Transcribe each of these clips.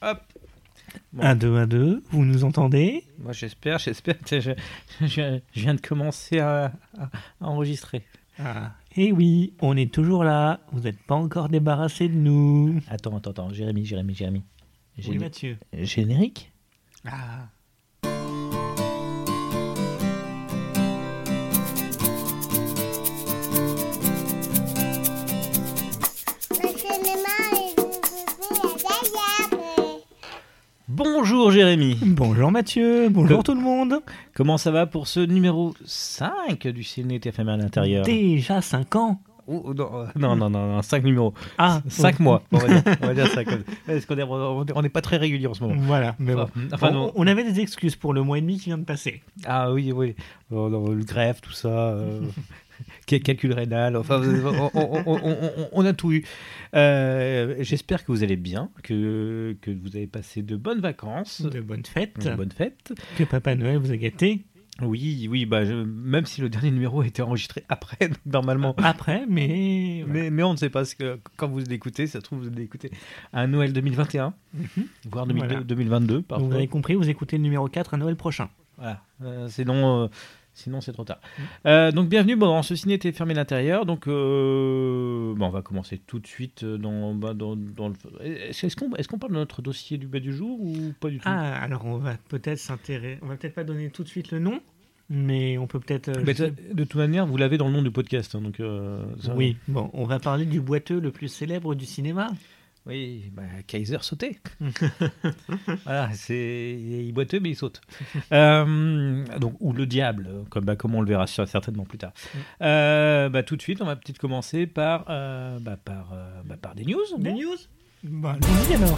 Hop. Bon. 1, 2, 1, 2, vous nous entendez? Moi j'espère. Je viens de commencer à enregistrer. Ah. Eh oui, on est toujours là. Vous n'êtes pas encore débarrassé de nous. Attends. Jérémy. Oui, Mathieu. Générique? Ah. Bonjour Jérémy. Bonjour Mathieu, bonjour tout le monde. Comment ça va pour ce numéro 5 du Ciné TFM à l'intérieur? Déjà 5 ans. Oh, non, 5 numéros. Ah, 5 mois, on va dire 5. Parce qu'on n'est pas très régulier en ce moment. Voilà, mais bon. On avait des excuses pour le mois et demi qui vient de passer. Ah oui. Le greffe, tout ça. Calcul rénal, enfin, on a tout eu. J'espère que vous allez bien, que vous avez passé de bonnes vacances. De bonnes fêtes. Que Papa Noël vous a gâté. Oui, même si le dernier numéro a été enregistré après, donc normalement. Après, mais on ne sait pas, ce que quand vous l'écoutez, ça se trouve, vous l'écoutez à Noël 2021, voire 2022. Parfois. Vous avez compris, vous écoutez le numéro 4 à Noël prochain. Voilà, sinon c'est trop tard. Donc bienvenue dans ce ciné fermé l'intérieur. Donc on va commencer tout de suite dans le... Est-ce qu'on parle de notre dossier du bas du jour ou pas du tout? Ah, alors on va peut-être pas donner tout de suite le nom, mais on peut peut-être... de toute manière, vous l'avez dans le nom du podcast. Hein, donc, oui, bon, on va parler du boiteux le plus célèbre du cinéma. Oui, Kaiser sautait. Voilà, il est boiteux, mais il saute. Donc, ou le diable, comme on le verra certainement plus tard. Tout de suite, on va peut-être commencer par des news. Des news? Allons-y alors.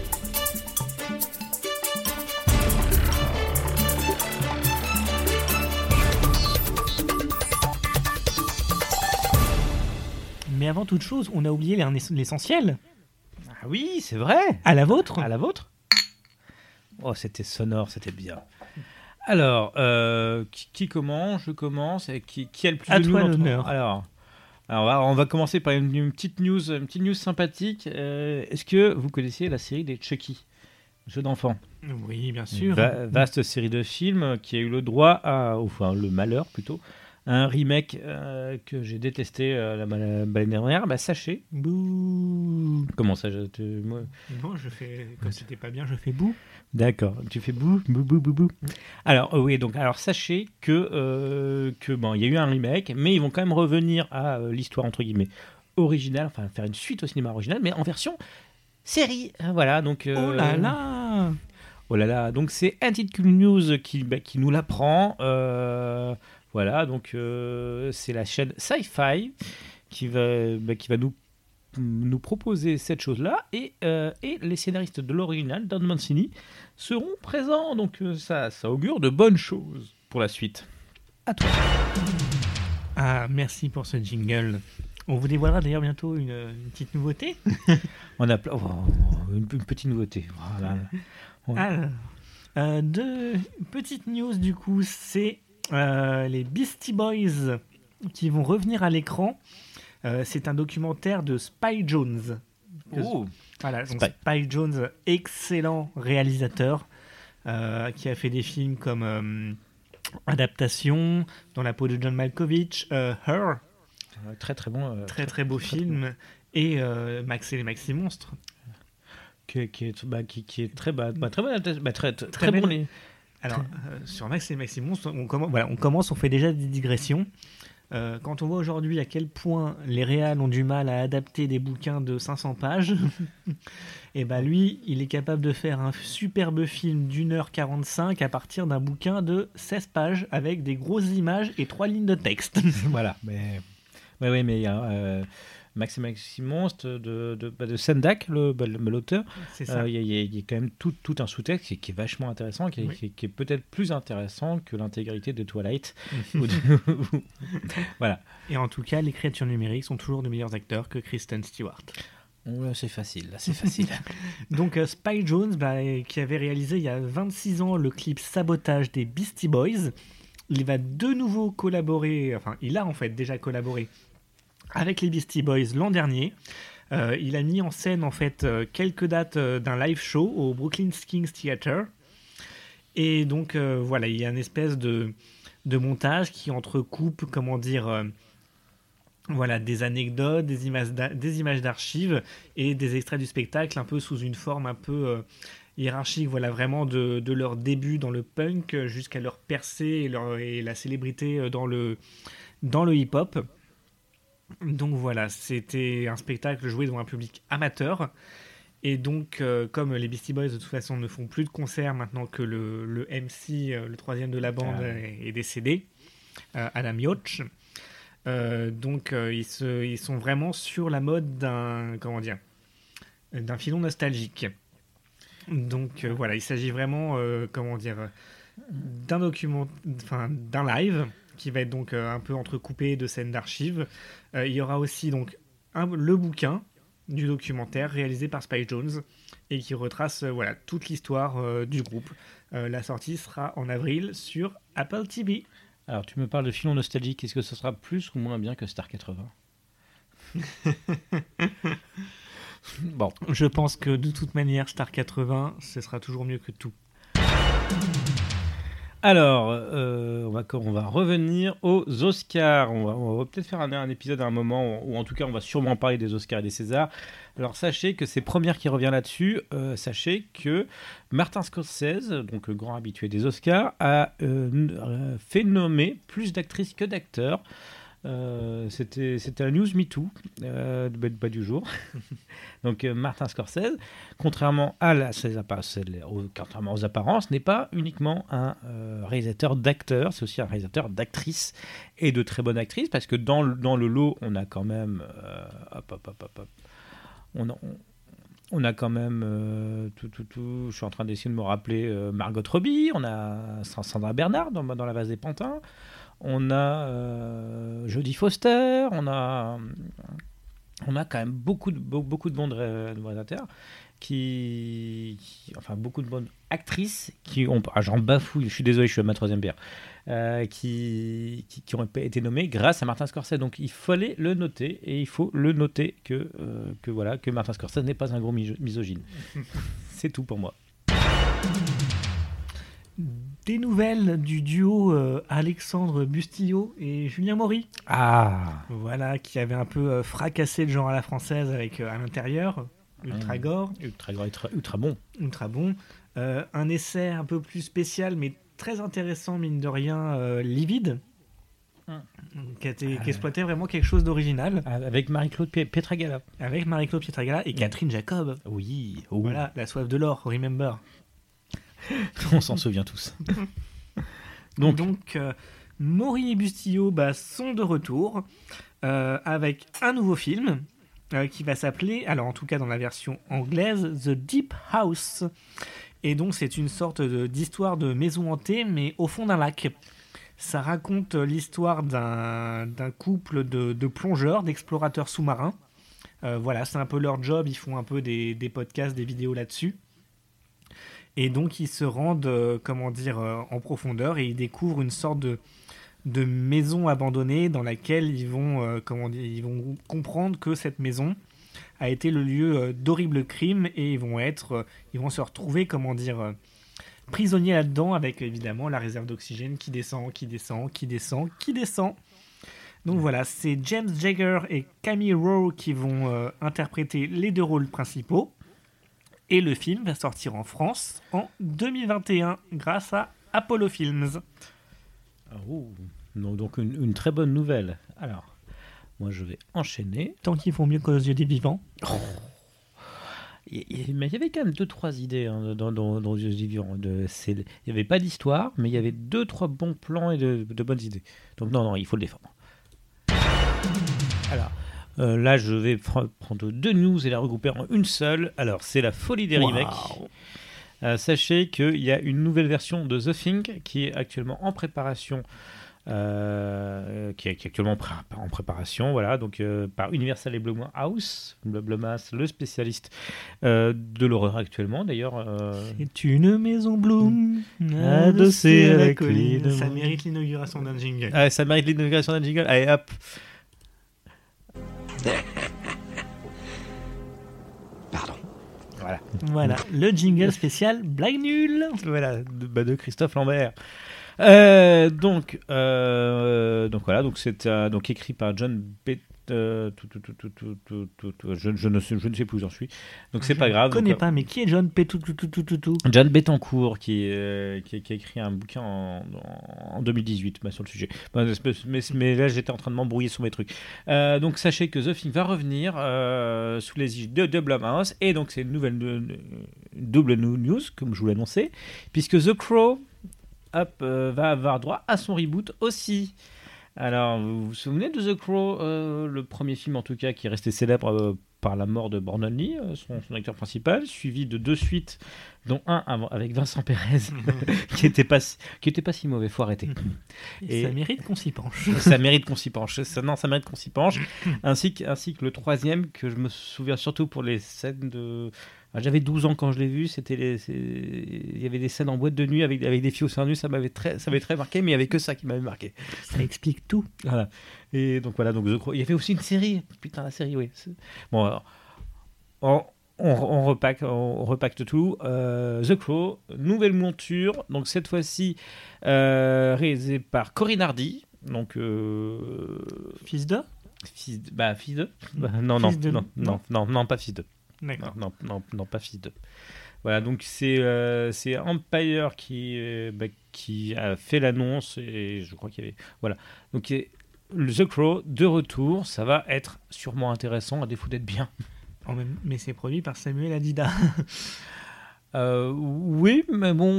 Mais avant toute chose, on a oublié l'essentiel. Ah oui, c'est vrai. À la vôtre. Oh, c'était sonore, c'était bien. Alors, qui commence? Je commence. Et qui a le plus à de toi news l'honneur. Alors on va commencer par une petite news sympathique. Est-ce que vous connaissiez la série des Chucky, jeux d'enfants? Oui, bien sûr. Vaste série de films qui a eu le droit le malheur plutôt, un remake que j'ai détesté l'année dernière. Sachez. Bouh. Comment ça Non, je fais... Comme c'était pas bien, je fais bouh. D'accord, tu fais bouh. Alors, sachez que il y a eu un remake, mais ils vont quand même revenir à l'histoire, entre guillemets, originale, enfin faire une suite au cinéma original, mais en version série. Voilà, donc... Oh là là, donc c'est Entity News qui nous l'apprend. Voilà, donc c'est la chaîne Sci-Fi qui va nous proposer cette chose-là, et les scénaristes de l'original, Don Mancini, seront présents. Donc ça augure de bonnes choses pour la suite. À toi. Ah, merci pour ce jingle. On vous dévoilera d'ailleurs bientôt une petite nouveauté. On a une petite nouveauté. Voilà. Alors, deux petites news du coup, c'est les Beastie Boys qui vont revenir à l'écran. C'est un documentaire de Spike Jonze. Voilà, donc Spike Jonze, excellent réalisateur, qui a fait des films comme Adaptation, Dans la peau de John Malkovich, Her, très très bon, très beau film, et Max et les Maxi Monstres, qui est très bon, très belle. bon. Alors, sur Max et les Maxi Monstres, on fait déjà des digressions. Quand on voit aujourd'hui à quel point les réals ont du mal à adapter des bouquins de 500 pages, et lui, il est capable de faire un superbe film d'1h45 à partir d'un bouquin de 16 pages avec des grosses images et 3 lignes de texte. Voilà, mais il y a Max et Maxi Monstre de Sendak, l'auteur. C'est ça. Il y a quand même tout un sous-texte qui est vachement intéressant, qui est peut-être plus intéressant que l'intégralité de Twilight. Voilà. Et en tout cas, les créatures numériques sont toujours de meilleurs acteurs que Kristen Stewart. Ouais, c'est facile. Donc Spike Jonze, qui avait réalisé il y a 26 ans le clip Sabotage des Beastie Boys, il va de nouveau collaborer, enfin il a en fait déjà collaboré avec les Beastie Boys l'an dernier, Il a mis en scène en fait quelques dates d'un live show au Brooklyn Kings Theatre. Et donc voilà, il y a une espèce de montage qui entrecoupe, voilà, des anecdotes, des images d'archives et des extraits du spectacle, un peu sous une forme un peu hiérarchique, voilà, vraiment de leur début dans le punk jusqu'à leur percée et la célébrité dans le hip-hop. Donc voilà, c'était un spectacle joué devant un public amateur. Et donc, comme les Beastie Boys de toute façon ne font plus de concerts maintenant que le MC, le troisième de la bande, est décédé, Adam Yauch, donc ils sont vraiment sur la mode d'un filon nostalgique. Donc voilà, il s'agit vraiment d'un live qui va être donc un peu entrecoupé de scènes d'archives. Il y aura aussi donc le bouquin du documentaire réalisé par Spike Jonze et qui retrace toute l'histoire du groupe. La sortie sera en avril sur Apple TV. Alors, tu me parles de filon nostalgique. Est-ce que ce sera plus ou moins bien que Star 80 ? Bon, je pense que de toute manière, Star 80, ce sera toujours mieux que tout. Alors, on va revenir aux Oscars. On va peut-être faire un épisode à un moment, ou en tout cas, on va sûrement parler des Oscars et des Césars. Alors, sachez que c'est Première qui revient là-dessus. Sachez que Martin Scorsese, donc le grand habitué des Oscars, a fait nommer plus d'actrices que d'acteurs. C'était la news MeToo du jour. Donc Martin Scorsese, contrairement aux apparences, n'est pas uniquement un réalisateur d'acteurs, c'est aussi un réalisateur d'actrices et de très bonnes actrices, parce que dans le lot, on a quand même on a quand même je suis en train d'essayer de me rappeler Margot Robbie, on a Sandra Bernhard dans La Vase des Pantins. On a Jodie Foster, on a quand même beaucoup de bons réalisateurs beaucoup de bonnes actrices qui ont, j'en bafouille, je suis désolé, je suis à ma troisième bière, qui ont été nommées grâce à Martin Scorsese. Donc il fallait le noter, et il faut le noter que Martin Scorsese n'est pas un gros misogyne. C'est tout pour moi. Des nouvelles du duo Alexandre Bustillo et Julien Maury. Voilà, qui avait un peu fracassé le genre à la française avec À l'intérieur, ultra gore, ultra bon. Ultra bon. Un essai un peu plus spécial, mais très intéressant, mine de rien, Livide, qui exploitait vraiment quelque chose d'original. Avec Marie-Claude Pietragala. Et Catherine Jacob. Oui. Voilà, La soif de l'or, remember. On s'en souvient tous. Donc Maury et Bustillo sont de retour avec un nouveau film qui va s'appeler, alors en tout cas dans la version anglaise, The Deep House. Et donc c'est une sorte d'histoire de maison hantée, mais au fond d'un lac. Ça raconte l'histoire d'un couple de plongeurs, d'explorateurs sous-marins. Voilà, c'est un peu leur job, ils font un peu des podcasts, des vidéos là-dessus. Et donc ils se rendent en profondeur et ils découvrent une sorte de maison abandonnée dans laquelle ils vont comprendre que cette maison a été le lieu d'horribles crimes, et ils vont se retrouver prisonniers là-dedans, avec évidemment la réserve d'oxygène qui descend. Donc voilà, c'est James Jagger et Camille Rowe qui vont interpréter les deux rôles principaux. Et le film va sortir en France en 2021 grâce à Apollo Films. Donc une très bonne nouvelle. Alors, moi je vais enchaîner. Tant qu'ils font mieux qu'aux yeux des vivants. Mais il y avait quand même 2-3 idées dans aux yeux des vivants. Il n'y avait pas d'histoire, mais il y avait 2-3 bons plans et de bonnes idées. Donc non, il faut le défendre. Alors... là, je vais prendre 2 news et la regrouper en une seule. Alors, c'est la folie des remakes. Sachez qu'il y a une nouvelle version de The Thing qui est actuellement en préparation. En préparation, voilà, donc par Universal et Blumhouse, le spécialiste de l'horreur actuellement. D'ailleurs, c'est une maison Bloom adossée à la colline. Ça mérite l'inauguration d'un jingle. Allez, hop. Voilà, le jingle spécial blague nulle. Voilà, de Christophe Lambert. Donc voilà, donc c'est donc écrit par John je ne sais plus où j'en suis, donc c'est pas grave. Je connais donc, pas, mais qui est John John Bettencourt qui a écrit un bouquin en 2018 sur le sujet. Mais là j'étais en train de m'embrouiller sur mes trucs. Donc sachez que The Thing va revenir sous les yeux de Blumhouse, et donc c'est une nouvelle double news comme je vous l'ai annoncé, puisque The Crow va avoir droit à son reboot aussi. Alors, vous vous souvenez de The Crow, le premier film en tout cas qui est resté célèbre par la mort de Brandon Lee, son acteur principal, suivi de 2 suites, dont un avec Vincent Perez, qui était pas si mauvais, faut arrêter. Et ça mérite qu'on s'y penche. Ça mérite qu'on s'y penche. Ça mérite qu'on s'y penche. ainsi que le troisième, que je me souviens surtout pour les scènes de... J'avais 12 ans quand je l'ai vu, il y avait des scènes en boîte de nuit avec des filles au sein nu, ça m'avait très marqué, mais il n'y avait que ça qui m'avait marqué. Ça explique tout. Voilà. Et donc voilà, donc The Crow. Il y avait aussi une série. Putain, la série, oui. Bon, alors, on repacte tout. The Crow, nouvelle monture, donc cette fois-ci réalisée par Corinne Hardy. Donc Fils de non, pas Fils de. D'accord. Non, pas Fils de. Voilà, donc c'est Empire qui a fait l'annonce, et je crois qu'il y avait... Voilà, donc The Crow, de retour, ça va être sûrement intéressant, à défaut d'être bien. Mais c'est produit par Samuel Adida. Oui, mais bon...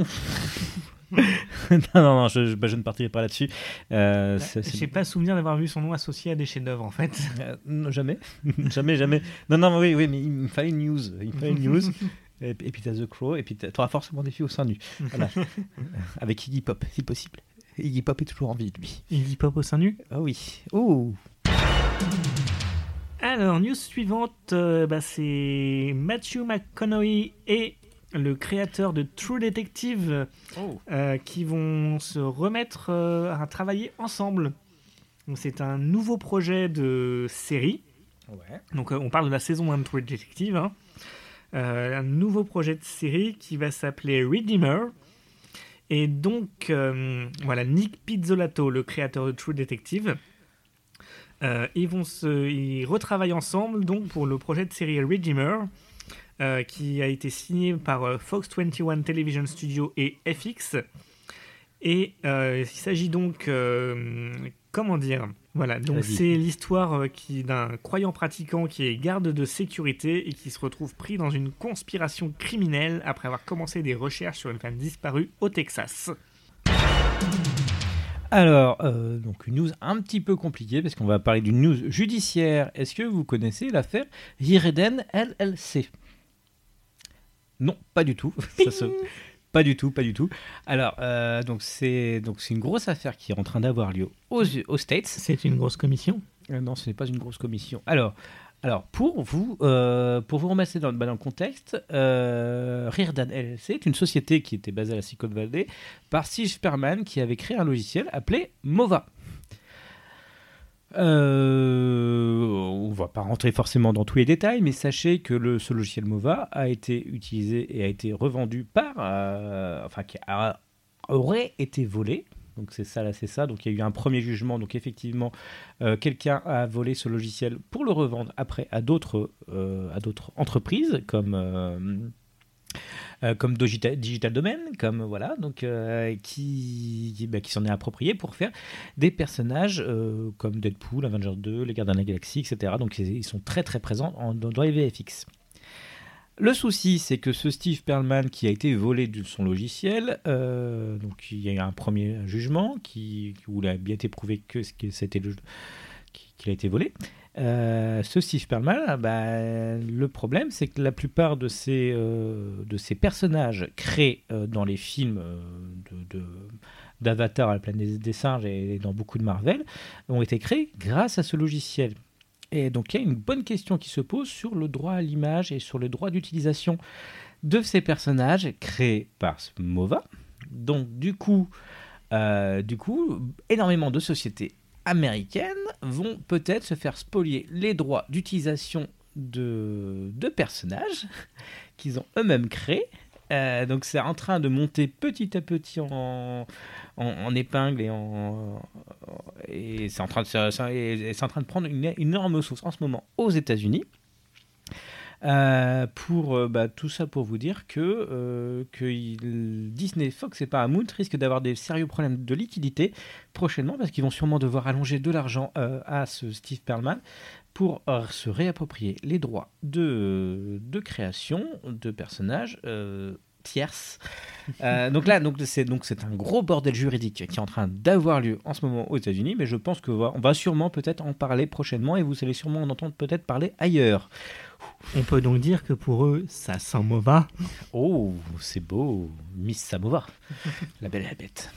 non, je ne partirai pas là-dessus. J'ai pas souvenir d'avoir vu son nom associé à des chefs-d'œuvre en fait. Non, jamais. Non, oui, mais il me fallait une news. Et puis t'as The Crow, et puis t'auras forcément des filles au sein nu. Voilà. Avec Iggy Pop, si possible. Iggy Pop est toujours en vie, lui. Iggy Pop au sein nu ? Ah oui. Oh. Alors, news suivante, c'est Matthew McConaughey et le créateur de True Detective qui vont se remettre à travailler ensemble. Donc, c'est un nouveau projet de série. Ouais. Donc on parle de la saison 1 de True Detective. Hein. Un nouveau projet de série qui va s'appeler Redeemer. Et donc, voilà, Nick Pizzolatto, le créateur de True Detective, ils retravaillent ensemble donc, pour le projet de série Redeemer. Qui a été signé par Fox 21 Television Studio et FX. Et il s'agit donc... comment dire ? Voilà, donc c'est l'histoire d'un croyant pratiquant qui est garde de sécurité et qui se retrouve pris dans une conspiration criminelle après avoir commencé des recherches sur une femme disparue au Texas. Alors, donc une news un petit peu compliquée parce qu'on va parler d'une news judiciaire. Est-ce que vous connaissez l'affaire Hireden LLC ? Non, pas du tout. Pas du tout. Alors, donc c'est une grosse affaire qui est en train d'avoir lieu aux States. C'est une grosse commission ? Non, ce n'est pas une grosse commission. Alors pour vous remettre dans le contexte, Reardan LLC est une société qui était basée à la Silicon Valley par Steve Perlman qui avait créé un logiciel appelé Mova. On ne va pas rentrer forcément dans tous les détails, mais sachez que ce logiciel Mova a été utilisé et a été revendu qui aurait été volé. Donc c'est ça. Donc il y a eu un premier jugement. Donc effectivement, quelqu'un a volé ce logiciel pour le revendre après à d'autres entreprises comme Digital Domain, comme voilà, donc qui s'en est approprié pour faire des personnages comme Deadpool, Avengers 2, les Gardiens de la Galaxie, etc. Donc ils sont très très présents dans les VFX. Le souci, c'est que ce Steve Perlman qui a été volé de son logiciel, donc il y a eu un premier jugement où il a bien été prouvé qu'il a été volé. Ce Steve Perlman, le problème, c'est que la plupart de ces personnages créés dans les films d'Avatar à la planète des singes et dans beaucoup de Marvel ont été créés grâce à ce logiciel. Et donc il y a une bonne question qui se pose sur le droit à l'image et sur le droit d'utilisation de ces personnages créés par Mova. Donc du coup, énormément de sociétés américaines vont peut-être se faire spolier les droits d'utilisation de personnages qu'ils ont eux-mêmes créé. Donc c'est en train de monter petit à petit en épingle et c'est en train de prendre une énorme sauce en ce moment aux États-Unis. Tout ça pour vous dire que Disney, Fox et Paramount risquent d'avoir des sérieux problèmes de liquidité prochainement parce qu'ils vont sûrement devoir allonger de l'argent à ce Steve Perlman pour se réapproprier les droits de création de personnages tierces. C'est un gros bordel juridique qui est en train d'avoir lieu en ce moment aux États-Unis, mais je pense qu'on va sûrement peut-être en parler prochainement et vous allez sûrement en entendre peut-être parler ailleurs. On peut donc dire que pour eux, ça sent mauvais. Oh, c'est beau, Miss Samova, la belle et la bête.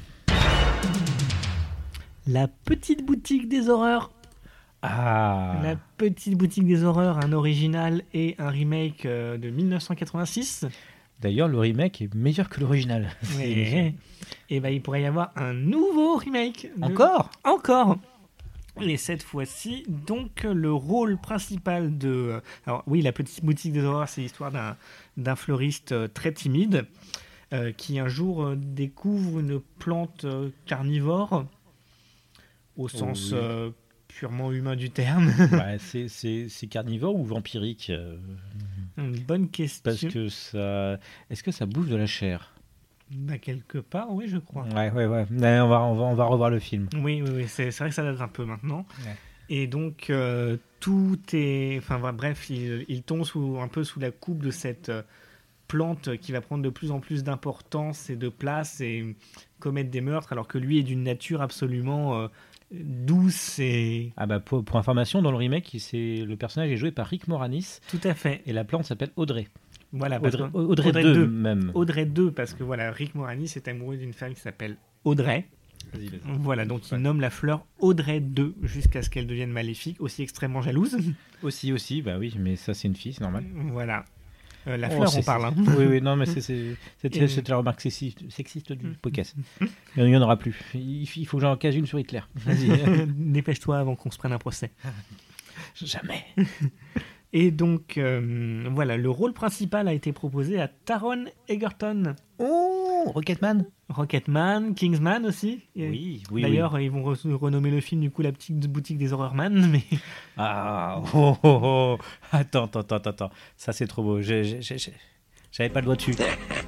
La petite boutique des horreurs. Ah. La petite boutique des horreurs, un original et un remake de 1986. D'ailleurs, le remake est meilleur que l'original. Et il pourrait y avoir un nouveau remake. Encore. Et cette fois-ci, donc, le rôle principal de... Alors oui, la petite boutique des horreurs, c'est l'histoire d'un fleuriste très timide qui un jour découvre une plante carnivore au sens purement humain du terme. Ouais, c'est carnivore ou vampirique Une bonne question. Parce que ça... Est-ce que ça bouffe de la chair ? Bah, quelque part, oui, je crois. Ouais. On va revoir le film. Oui, c'est vrai que ça date un peu maintenant. Ouais. Et donc, tout est... Enfin, bref, il tombe un peu sous la coupe de cette plante qui va prendre de plus en plus d'importance et de place et commettre des meurtres, alors que lui est d'une nature absolument douce et... Ah bah, pour information, dans le remake, le personnage est joué par Rick Moranis. Tout à fait. Et la plante s'appelle Audrey. Voilà, Audrey 2 même. Audrey 2, parce que voilà, Rick Moranis est amoureux d'une femme qui s'appelle Audrey. Vas-y. Voilà, donc il nomme la fleur Audrey 2 jusqu'à ce qu'elle devienne maléfique, aussi extrêmement jalouse. Aussi, bah oui, mais ça c'est une fille, c'est normal. Voilà. La fleur, on parle. Hein. Oui, non, mais c'est la remarque sexiste du podcast. Il n'y en aura plus. Il faut que j'en case une sur Hitler. Vas-y. Dépêche-toi avant qu'on se prenne un procès. Jamais. Et donc, voilà, le rôle principal a été proposé à Taron Egerton. Oh, Rocketman, Kingsman aussi. Oui. D'ailleurs, ils vont renommer le film, du coup, La petite boutique des Horrorman. Mais... Ah, Attends. Ça, c'est trop beau. J'avais pas le doigt dessus.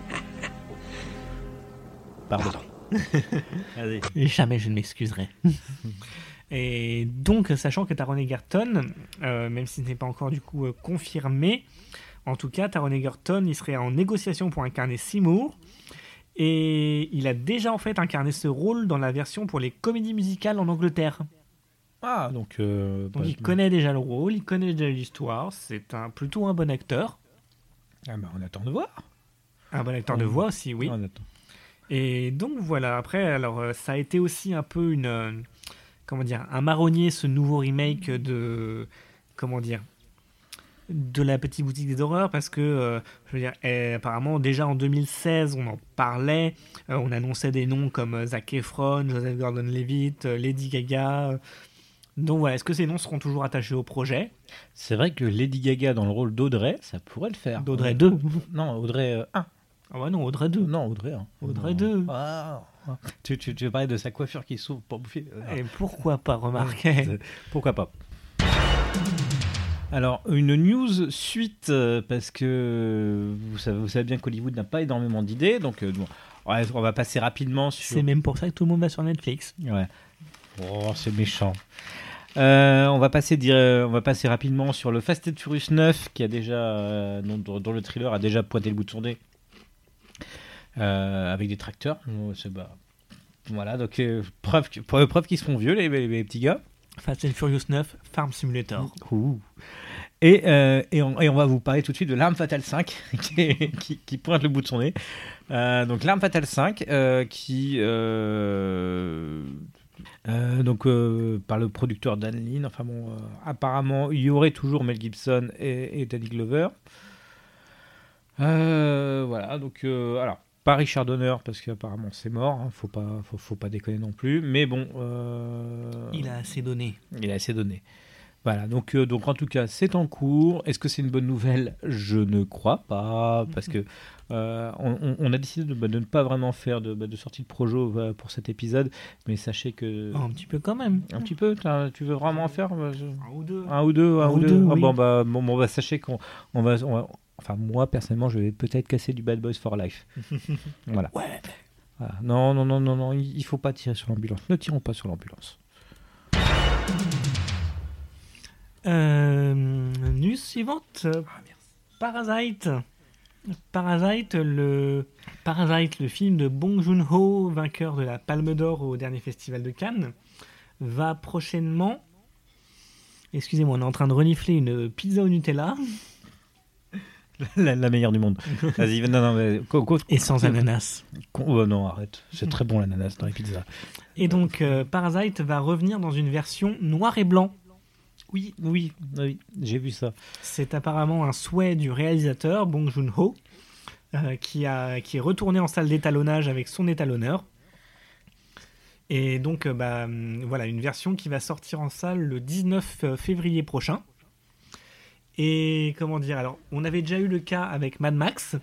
Pardon. Vas-y. Jamais je ne m'excuserai. Et donc, sachant que Taron Egerton, même si ce n'est pas encore du coup confirmé, en tout cas, Taron Egerton, il serait en négociation pour incarner Seymour. Et il a déjà en fait incarné ce rôle dans la version pour les comédies musicales en Angleterre. Ah, donc il connaît déjà le rôle, il connaît déjà l'histoire, c'est plutôt un bon acteur. Ah bah on attend de voir. Un bon acteur de voix aussi, oui. On attend. Et donc voilà, après, alors ça a été aussi un peu un marronnier, ce nouveau remake de la petite boutique des horreurs, parce que apparemment déjà en 2016 on en parlait, on annonçait des noms comme Zac Efron, Joseph Gordon-Levitt, Lady Gaga. Donc voilà, est-ce que ces noms seront toujours attachés au projet ? C'est vrai que Lady Gaga dans le rôle d'Audrey, ça pourrait le faire. D'Audrey 2 ? Non, Audrey 1. Ah bah non, Audrey 2. Non, Audrey 1. Audrey 2. Ah. Tu veux parler de sa coiffure qui s'ouvre pour bouffer. Et pourquoi pas, remarquer. Pourquoi pas. Alors, une news suite, parce que vous savez bien qu'Hollywood n'a pas énormément d'idées, donc on va passer rapidement sur... C'est même pour ça que tout le monde va sur Netflix. Ouais. Oh, c'est méchant. On va passer rapidement sur le Fast and Furious 9, qui a déjà, dont le thriller a déjà pointé le bout de son nez, avec des tracteurs. Voilà, donc preuve qu'ils se font vieux, les petits gars. Fast and Furious 9, Farm Simulator. Et on va vous parler tout de suite de L'Arme Fatale 5 qui pointe le bout de son nez. Donc L'Arme Fatale 5 par le producteur Dan Lin. Enfin bon, apparemment il y aurait toujours Mel Gibson et Danny Glover. Voilà, donc alors pas Richard Donner parce qu'apparemment c'est mort, hein, faut pas déconner non plus, mais bon, il a assez donné. Voilà, donc en tout cas, c'est en cours. Est-ce que c'est une bonne nouvelle ? Je ne crois pas, parce que on a décidé de ne pas vraiment faire de sortie de projo pour cet épisode, mais sachez que... Un petit peu quand même. Un petit peu, tu veux vraiment en faire Un ou deux. Un ou deux. Oui. Bon, sachez qu'on va... Enfin, moi, personnellement, je vais peut-être casser du Bad Boys for Life. Voilà. Ouais. Voilà. Non, il faut pas tirer sur l'ambulance. Ne tirons pas sur l'ambulance. News suivante. Parasite. Parasite, le film de Bong Joon-ho, vainqueur de la Palme d'Or au dernier festival de Cannes, va prochainement... Excusez-moi, on est en train de renifler une pizza au Nutella. La meilleure du monde. Vas-y, non, mais... Et sans ananas. Non, arrête. C'est très bon l'ananas dans les pizzas. Et donc, Parasite va revenir dans une version noir et blanc. Oui, j'ai vu ça. C'est apparemment un souhait du réalisateur, Bong Joon-ho, qui est retourné en salle d'étalonnage avec son étalonneur. Et donc, voilà, une version qui va sortir en salle le 19 février prochain. Et comment dire, alors, on avait déjà eu le cas avec Mad Max,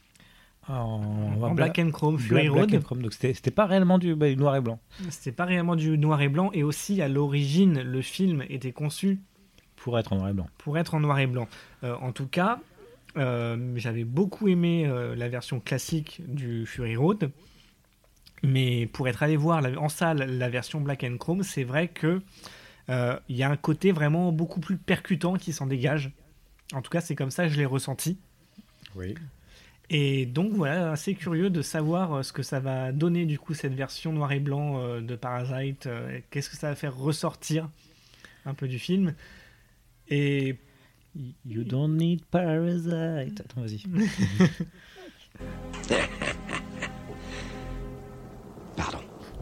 en Black and Chrome, Fury Road. Black and Chrome, donc c'était pas réellement du noir et blanc. C'était pas réellement du noir et blanc, et aussi à l'origine, le film était conçu pour être en noir et blanc. En tout cas, j'avais beaucoup aimé la version classique du Fury Road, mais pour être allé voir en salle la version Black and Chrome, c'est vrai que y a un côté vraiment beaucoup plus percutant qui s'en dégage. En tout cas, c'est comme ça que je l'ai ressenti. Oui. Et donc voilà, assez curieux de savoir ce que ça va donner du coup cette version noir et blanc de Parasite. Qu'est-ce que ça va faire ressortir un peu du film. Et You don't need Parasite. Attends, vas-y. Pardon.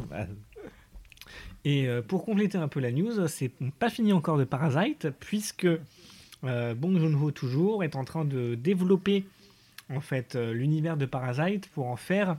Et pour compléter un peu la news, c'est pas fini encore de Parasite, puisque Bong Joon-ho toujours est en train de développer en fait l'univers de Parasite pour en faire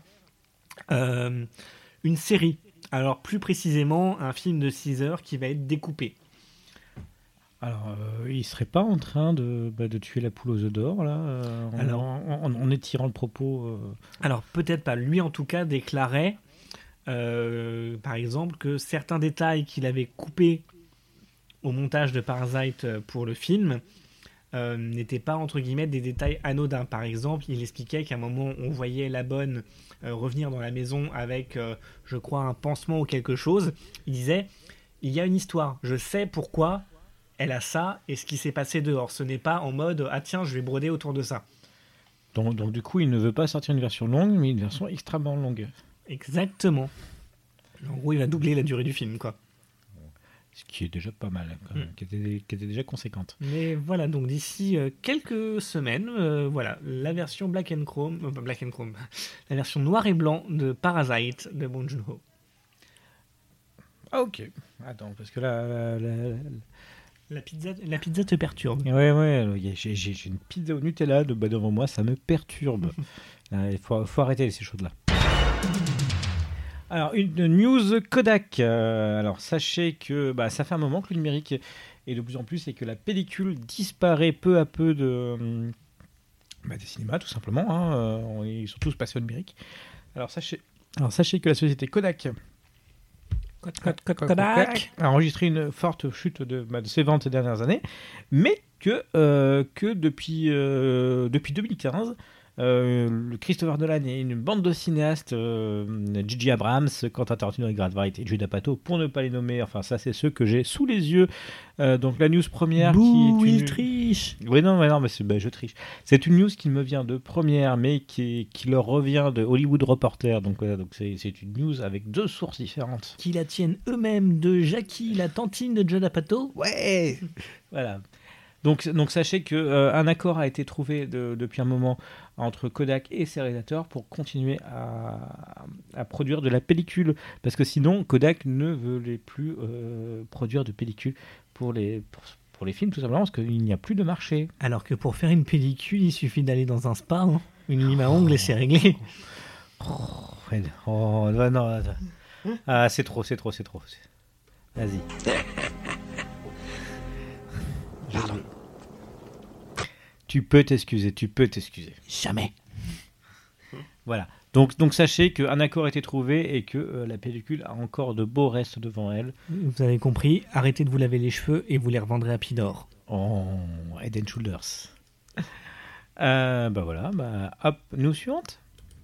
une série. Alors plus précisément un film de 6 heures qui va être découpé. Alors, il serait pas en train de tuer la poule aux œufs d'or là, en étirant le propos. Alors peut-être pas. Lui en tout cas déclarait par exemple que certains détails qu'il avait coupés au montage de Parasite pour le film n'étaient pas entre guillemets des détails anodins. Par exemple, il expliquait qu'à un moment on voyait la bonne revenir dans la maison avec je crois un pansement ou quelque chose. Il disait il y a une histoire, je sais pourquoi elle a ça et ce qui s'est passé dehors. Ce n'est pas en mode ah tiens je vais broder autour de ça. Donc du coup il ne veut pas sortir une version longue mais une version extrêmement longue. Exactement. En gros il va doubler la durée du film quoi. Ce qui est déjà pas mal, quand même, qui était déjà conséquente. Mais voilà, donc d'ici quelques semaines, voilà, la version Black and Chrome, la version noir et blanc de Parasite de Bong Joon-ho. Ah ok. Attends, parce que là... La pizza te perturbe. Ouais, j'ai une pizza au Nutella devant moi, ça me perturbe. Il faut arrêter ces choses-là. Alors, une news Kodak. Alors, sachez que ça fait un moment que le numérique est de plus en plus et que la pellicule disparaît peu à peu des cinémas, tout simplement. Ils sont tous passés au numérique. Alors, sachez que la société Kodak a enregistré une forte chute de ses ventes ces dernières années, mais que depuis 2015, Christopher Nolan et une bande de cinéastes, J.J. Abrams, Quentin Tarantino, Edgar Wright et Judd Apatow, pour ne pas les nommer, enfin ça c'est ceux que j'ai sous les yeux. Donc la news première il triche. Oui non mais je triche. C'est une news qui me vient de première, mais qui leur revient de Hollywood Reporter. Donc c'est une news avec deux sources différentes. Qui la tiennent eux-mêmes de Jackie, la tantine de Judd Apatow. Ouais. Voilà. Donc sachez qu'un accord a été trouvé depuis un moment entre Kodak et ses réalisateurs pour continuer à produire de la pellicule. Parce que sinon, Kodak ne voulait plus produire de pellicule pour les films, tout simplement parce qu'il n'y a plus de marché. Alors que pour faire une pellicule, il suffit d'aller dans un spa, une lime à ongles et c'est réglé. Non. Ah, c'est trop. Vas-y. Pardon. Tu peux t'excuser. Jamais. Voilà. Donc sachez qu'un accord a été trouvé et que la pellicule a encore de beaux restes devant elle. Vous avez compris, arrêtez de vous laver les cheveux et vous les revendrez à prix d'or. Oh, Head and Shoulders. Voilà, hop, news suivante.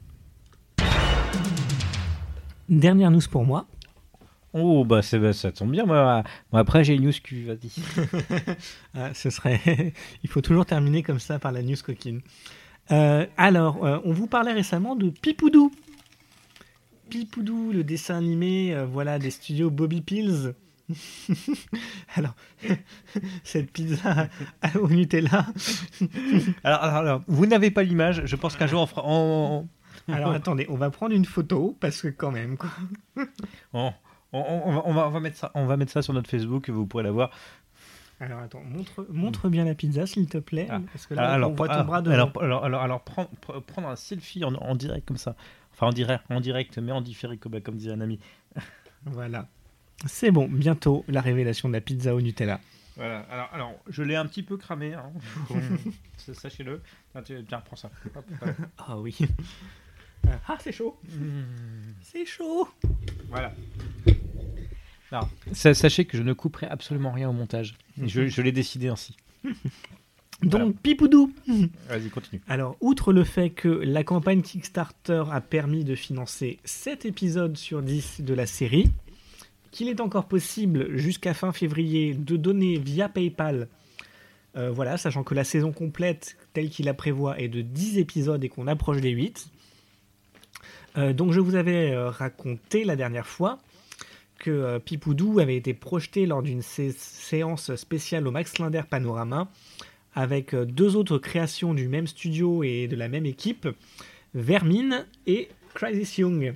Dernière news pour moi. Oh, ça tombe bien, moi après j'ai une news Q, vas-y. Ce serait... Il faut toujours terminer comme ça par la news coquine. On vous parlait récemment de Pipoudou. Pipoudou, le dessin animé des studios Bobby Pills. Alors, cette pizza au Nutella. alors, vous n'avez pas l'image, je pense qu'un jour on fera... Alors attendez, on va prendre une photo, parce que quand même... Quoi. On va mettre ça sur notre Facebook, vous pourrez la voir. Alors attends, montre bien la pizza s'il te plaît, parce que là on voit ton bras devant. Alors prendre un selfie en direct comme ça, enfin en direct mais en différé comme disait un ami. Voilà, c'est bon, bientôt la révélation de la pizza au Nutella. Voilà, alors je l'ai un petit peu cramé, hein. Sachez-le. Tiens, prends ça. Ah oui. Ah, c'est chaud. C'est chaud. Voilà. Alors, sachez que je ne couperai absolument rien au montage. Je l'ai décidé ainsi. Donc, voilà. Pipoudou. Vas-y, continue. Alors, outre le fait que la campagne Kickstarter a permis de financer 7 épisodes sur 10 de la série, qu'il est encore possible jusqu'à fin février de donner via PayPal, sachant que la saison complète, telle qu'il la prévoit, est de 10 épisodes et qu'on approche des 8. Donc, je vous avais raconté la dernière fois que Pipoudou avait été projeté lors d'une séance spéciale au Max Linder Panorama avec 2 autres créations du même studio et de la même équipe, Vermine et Crisis Young.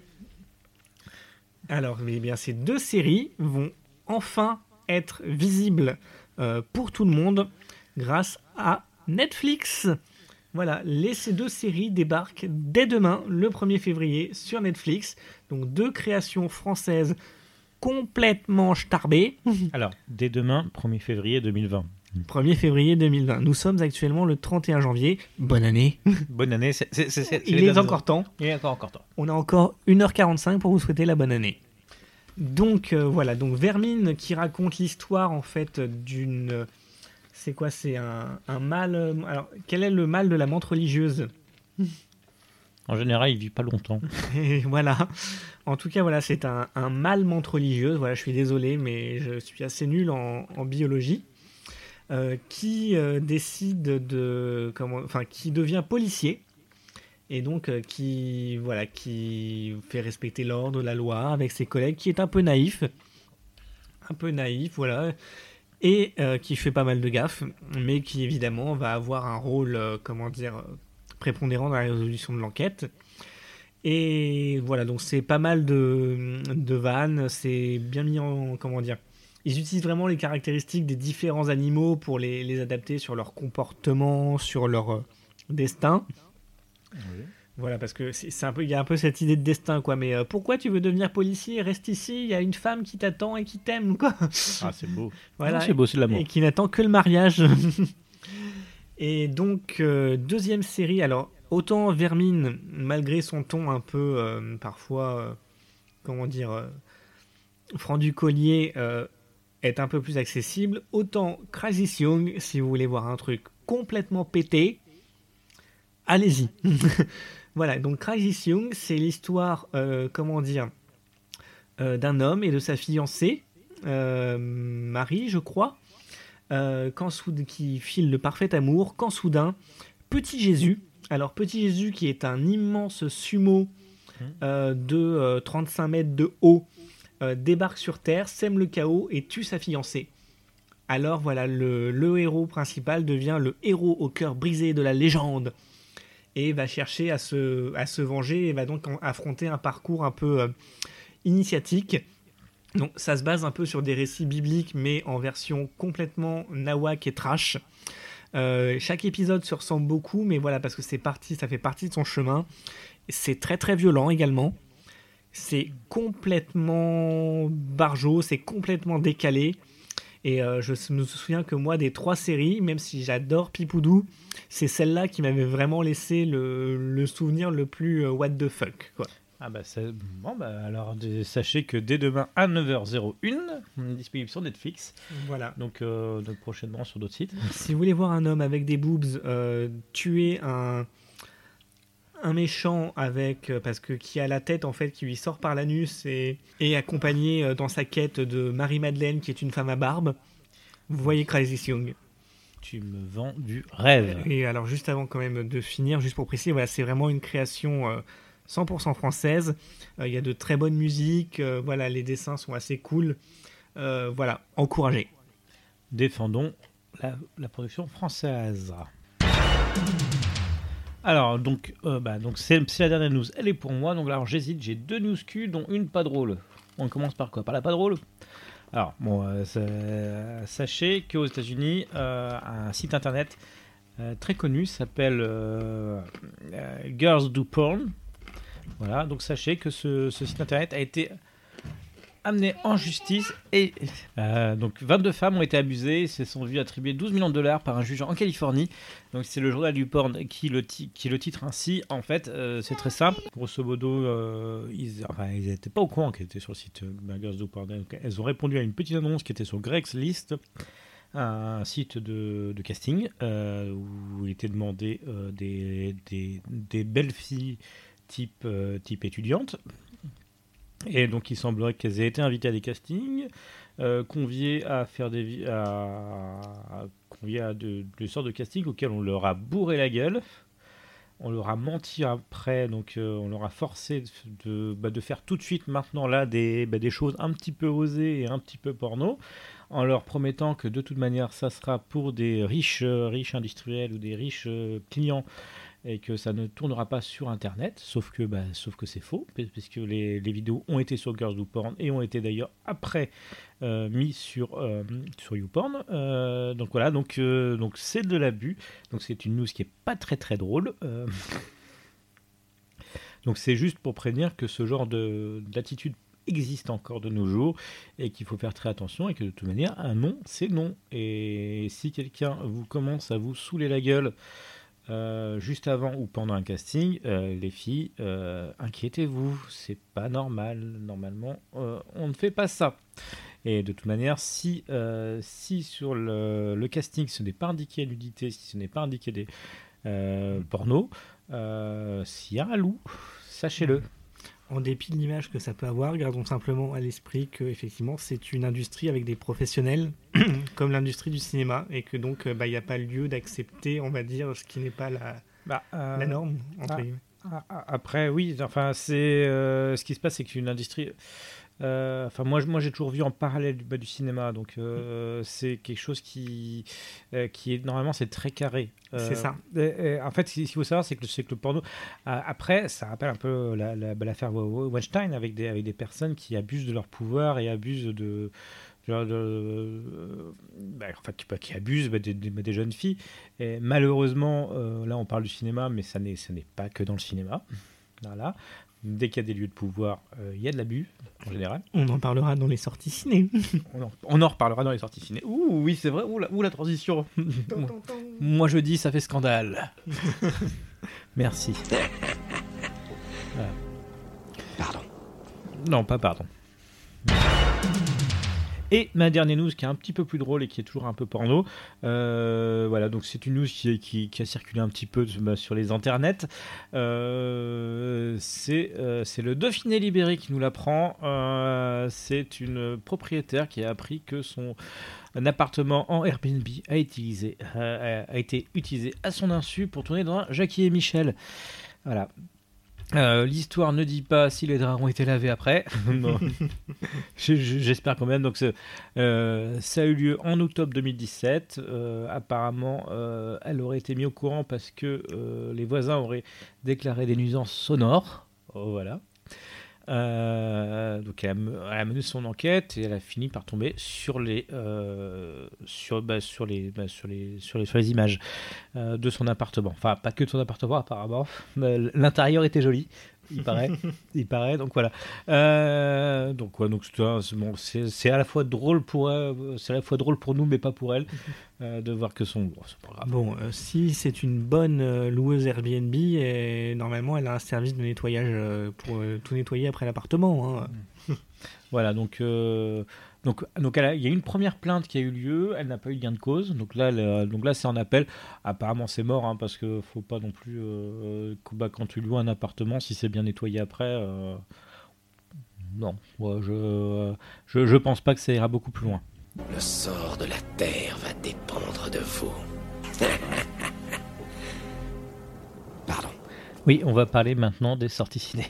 Alors, ces 2 séries vont enfin être visibles pour tout le monde grâce à Netflix. Voilà, ces 2 séries débarquent dès demain, le 1er février, sur Netflix. Donc 2 créations françaises complètement starbées. Alors, dès demain, 1er février 2020. 1er février 2020. Nous sommes actuellement le 31 janvier. Bonne année. Bonne année. Il est encore temps. Il est encore temps. On a encore 1h45 pour vous souhaiter la bonne année. Donc, Donc, Vermine qui raconte l'histoire, en fait, d'une... C'est quoi ? C'est un mâle... Alors, quel est le mâle de la menthe religieuse ? En général, il vit pas longtemps. Et voilà. En tout cas, c'est un mâle menthe religieuse. Voilà, je suis désolé, mais je suis assez nul en biologie. Qui décide qui devient policier et donc qui fait respecter l'ordre, la loi avec ses collègues, qui est un peu naïf, voilà, et qui fait pas mal de gaffes, mais qui évidemment va avoir un rôle prépondérant dans la résolution de l'enquête. Et voilà, donc c'est pas mal de vannes, c'est bien mis en ils utilisent vraiment les caractéristiques des différents animaux pour les adapter sur leur comportement, sur leur destin. Oui. Voilà, parce que il y a un peu cette idée de destin, quoi. Mais pourquoi tu veux devenir policier ? Reste ici, il y a une femme qui t'attend et qui t'aime, quoi. Ah, c'est beau. Voilà, c'est beau, c'est de l'amour. Et qui n'attend que le mariage. Et donc, deuxième série. Alors, autant Vermine, malgré son ton un peu, parfois, franc du collier, est un peu plus accessible, autant Crisis Young, si vous voulez voir un truc complètement pété, allez-y. Voilà, donc Crisis Young, c'est l'histoire, d'un homme et de sa fiancée, Marie, je crois, qui file le parfait amour, quand soudain, Petit Jésus qui est un immense sumo de 35 mètres de haut, débarque sur Terre, sème le chaos et tue sa fiancée. Alors voilà, le héros principal devient le héros au cœur brisé de la légende et va chercher à se venger et va donc affronter un parcours un peu initiatique. Donc ça se base un peu sur des récits bibliques mais en version complètement nawak et trash. Chaque épisode se ressemble beaucoup, mais voilà, parce que ça fait partie de son chemin. C'est très très violent également. C'est complètement barjot, c'est complètement décalé. Et je me souviens que moi, des 3 séries, même si j'adore Pipoudou, c'est celle-là qui m'avait vraiment laissé le souvenir le plus what the fuck, quoi. Ah bah bon bah alors sachez que dès demain à 9h01, disponible sur Netflix. Voilà. Donc prochainement sur d'autres sites. Si vous voulez voir un homme avec des boobs tuer un méchant parce que qui a la tête en fait qui lui sort par l'anus et accompagné dans sa quête de Marie-Madeleine qui est une femme à barbe, vous voyez Crazy Young. Tu me vends du rêve. Et alors juste avant quand même de finir, juste pour préciser, voilà, c'est vraiment une création 100% française. Il y a de très bonnes musiques, voilà, les dessins sont assez cool. Voilà, encouragez. Défendons la production française. Alors, donc c'est la dernière news. Elle est pour moi. Donc, alors, j'hésite. J'ai 2 news Q, dont une pas drôle. On commence par quoi? Par la pas drôle. Alors, bon, sachez qu'aux États-Unis, un site internet très connu s'appelle Girls Do Porn. Voilà. Donc, sachez que ce site internet a été amené en justice et donc 22 femmes ont été abusées, se sont vues attribuer $12 millions par un juge en Californie. Donc c'est le journal du porn qui le titre ainsi. En fait, c'est très simple. Grosso modo, ils n'étaient pas au courant qu'elles étaient sur le site Girls Do Porn. Donc, elles ont répondu à une petite annonce qui était sur Craigslist, un site de casting où il était demandé des belles filles type étudiantes. Et donc, il semblerait qu'elles aient été invitées à des castings, conviées à des sortes de castings auxquels on leur a bourré la gueule, on leur a menti après, donc on leur a forcé de faire tout de suite maintenant là des choses un petit peu osées et un petit peu porno, en leur promettant que de toute manière ça sera pour des riches industriels ou des riches clients, et que ça ne tournera pas sur internet, sauf que c'est faux, puisque les vidéos ont été sur Girls Do Porn et ont été d'ailleurs après mis sur YouPorn. Donc voilà, donc c'est de l'abus. Donc c'est une news qui est pas très très drôle. Donc c'est juste pour prévenir que ce genre d'attitude existe encore de nos jours et qu'il faut faire très attention, et que de toute manière un non c'est non. Et si quelqu'un vous commence à vous saouler la gueule juste avant ou pendant un casting, les filles, inquiétez-vous, c'est pas normal. Normalement, on ne fait pas ça. Et de toute manière, si sur le casting ce n'est pas indiqué nudité, si ce n'est pas indiqué des pornos, s'il y a un loup, sachez-le. En dépit de l'image que ça peut avoir, gardons simplement à l'esprit que effectivement c'est une industrie avec des professionnels comme l'industrie du cinéma, et que donc il n'y a pas lieu d'accepter, on va dire, ce qui n'est pas la norme entre guillemets. Après oui, enfin c'est ce qui se passe, c'est qu'une industrie. Moi j'ai toujours vu en parallèle du cinéma, donc c'est quelque chose qui est normalement c'est très carré. C'est ça. En fait, ce qu'il faut savoir, c'est que le porno, après, ça rappelle un peu l'affaire Weinstein avec des personnes qui abusent de leur pouvoir et abusent qui abusent des jeunes filles. Et malheureusement, là on parle du cinéma, mais ce n'est pas que dans le cinéma. Voilà. Dès qu'il y a des lieux de pouvoir, il y a de l'abus, en général. On en parlera dans les sorties ciné. On en reparlera dans les sorties ciné. Ouh, oui, c'est vrai. Ouh, la transition. Moi, je dis, ça fait scandale. Merci. Pardon. Non, pas pardon. Et ma dernière news qui est un petit peu plus drôle et qui est toujours un peu porno. Voilà, donc c'est une news qui a circulé un petit peu sur les internets. C'est le Dauphiné Libéré qui nous l'apprend. C'est une propriétaire qui a appris que son appartement en Airbnb a été utilisé à son insu pour tourner dans un Jackie et Michel. Voilà. L'histoire ne dit pas si les draps ont été lavés après. J'espère quand même. Donc ça a eu lieu en octobre 2017. Apparemment, elle aurait été mise au courant parce que les voisins auraient déclaré des nuisances sonores. Oh, voilà. Donc elle a mené son enquête et elle a fini par tomber sur les images de son appartement. Enfin, pas que de son appartement apparemment. L'intérieur était joli. il paraît. Donc voilà. Donc c'est à la fois drôle pour nous, mais pas pour elle, de voir que son. Bon, c'est pas grave. Bon, si c'est une bonne loueuse Airbnb, et normalement elle a un service de nettoyage pour tout nettoyer après l'appartement. Hein. Voilà, donc il y a eu une première plainte qui a eu lieu, elle n'a pas eu gain de cause, donc là c'est en appel. Apparemment c'est mort, hein, parce que faut pas non plus quand tu loues un appartement, si c'est bien nettoyé après, non, ouais, je pense pas que ça ira beaucoup plus loin. Le sort de la Terre va dépendre de vous. Pardon. Oui, on va parler maintenant des sorties ciné.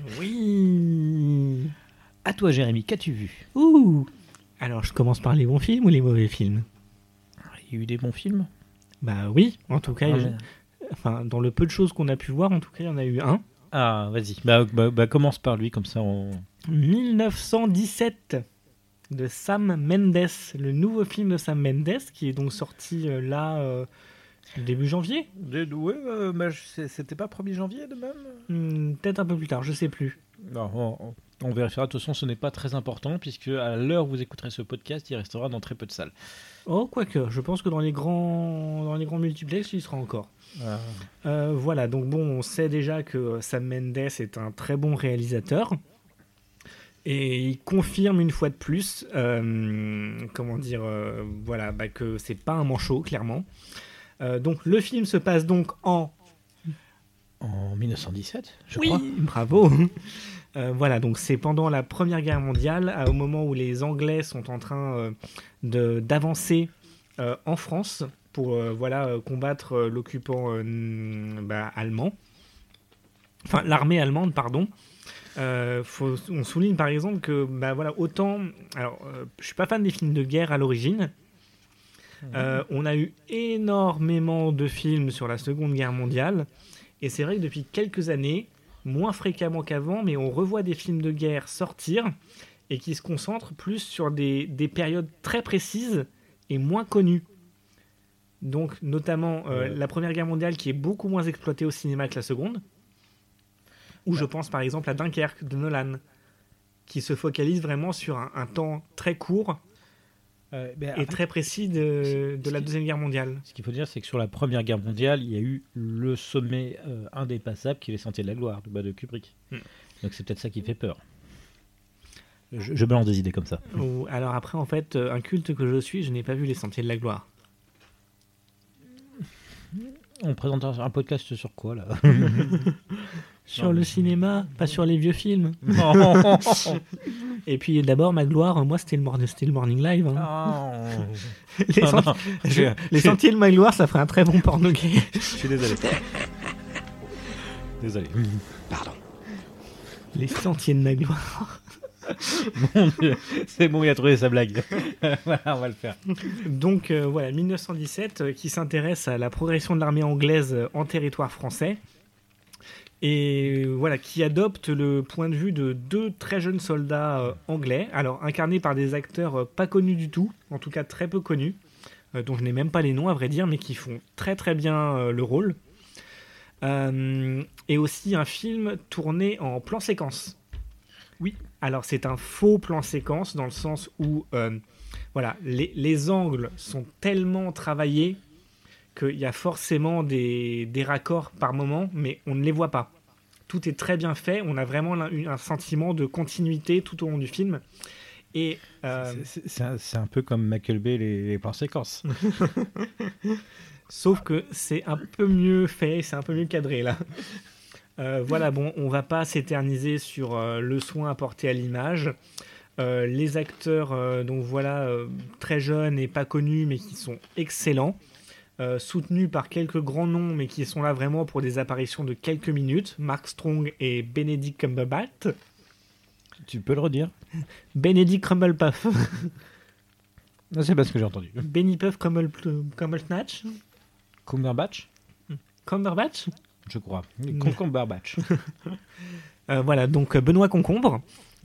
Oui. À toi Jérémy, qu'as-tu vu? Ouh. Alors je commence par les bons films ou les mauvais films? Il y a eu des bons films? Bah oui, en tout cas, dans le peu de choses qu'on a pu voir, en tout cas il y en a eu un. Ah, vas-y, commence par lui, comme ça on... 1917 de Sam Mendes, le nouveau film de Sam Mendes qui est donc sorti début janvier. C'était pas 1er janvier de même? Peut-être un peu plus tard, je sais plus. Non, on vérifiera. De toute façon, ce n'est pas très important, puisque à l'heure où vous écouterez ce podcast, il restera dans très peu de salles. Oh, quoique, je pense que dans les grands multiplex, il y sera encore. Voilà, donc bon, on sait déjà que Sam Mendes est un très bon réalisateur. Et il confirme une fois de plus, que c'est pas un manchot, clairement. Donc le film se passe donc en 1917, je crois. Oui, bravo. Voilà, donc c'est pendant la Première Guerre mondiale, au moment où les Anglais sont en train d'avancer en France pour combattre l'occupant allemand. Enfin, l'armée allemande, pardon. On souligne par exemple que autant, alors je suis pas fan des films de guerre à l'origine. On a eu énormément de films sur la Seconde Guerre mondiale, et c'est vrai que depuis quelques années, moins fréquemment qu'avant, mais on revoit des films de guerre sortir et qui se concentrent plus sur des périodes très précises et moins connues. Donc notamment la Première Guerre mondiale qui est beaucoup moins exploitée au cinéma que la Seconde. Ou je pense par exemple à Dunkerque de Nolan, qui se focalise vraiment sur un temps très court et très précis de la Deuxième Guerre mondiale. Ce qu'il faut dire, c'est que sur la Première Guerre mondiale, il y a eu le sommet indépassable qui est les Sentiers de la Gloire de Kubrick. Donc c'est peut-être ça qui fait peur. Je balance des idées comme ça. Alors après, en fait, un culte que je suis, je n'ai pas vu les Sentiers de la Gloire. On présente un podcast sur quoi, là? Sur le cinéma, pas sur les vieux films. Et puis d'abord, ma gloire, moi, c'était le Morning Live. Hein. Les Sentiers de ma gloire, ça ferait un très bon porno gay. Je suis désolé. Désolé. Pardon. Les Sentiers de ma gloire. Mon Dieu, c'est bon, il a trouvé sa blague. Voilà, on va le faire. Donc 1917, qui s'intéresse à la progression de l'armée anglaise en territoire français. Et voilà, qui adopte le point de vue de 2 très jeunes soldats anglais, alors incarnés par des acteurs pas connus du tout, en tout cas très peu connus, dont je n'ai même pas les noms à vrai dire, mais qui font très très bien le rôle. Et aussi un film tourné en plan séquence. Oui, alors c'est un faux plan séquence dans le sens où les angles sont tellement travaillés qu'il y a forcément des raccords par moment, mais on ne les voit pas. Tout est très bien fait, on a vraiment un sentiment de continuité tout au long du film. Et c'est un peu comme Michael Bay, les plans séquences. Sauf que c'est un peu mieux fait, c'est un peu mieux cadré là. On va pas s'éterniser sur le soin apporté à l'image. Les acteurs, très jeunes et pas connus, mais qui sont excellents. Soutenus par quelques grands noms, mais qui sont là vraiment pour des apparitions de quelques minutes. Mark Strong et Benedict Cumberbatch. Tu peux le redire? Benedict Cumberbatch. Non, c'est pas ce que j'ai entendu. Benny Puff Cumberbatch. Cumberbatch? Cumberbatch? Je crois. Cumberbatch. Donc Benoît Concombre.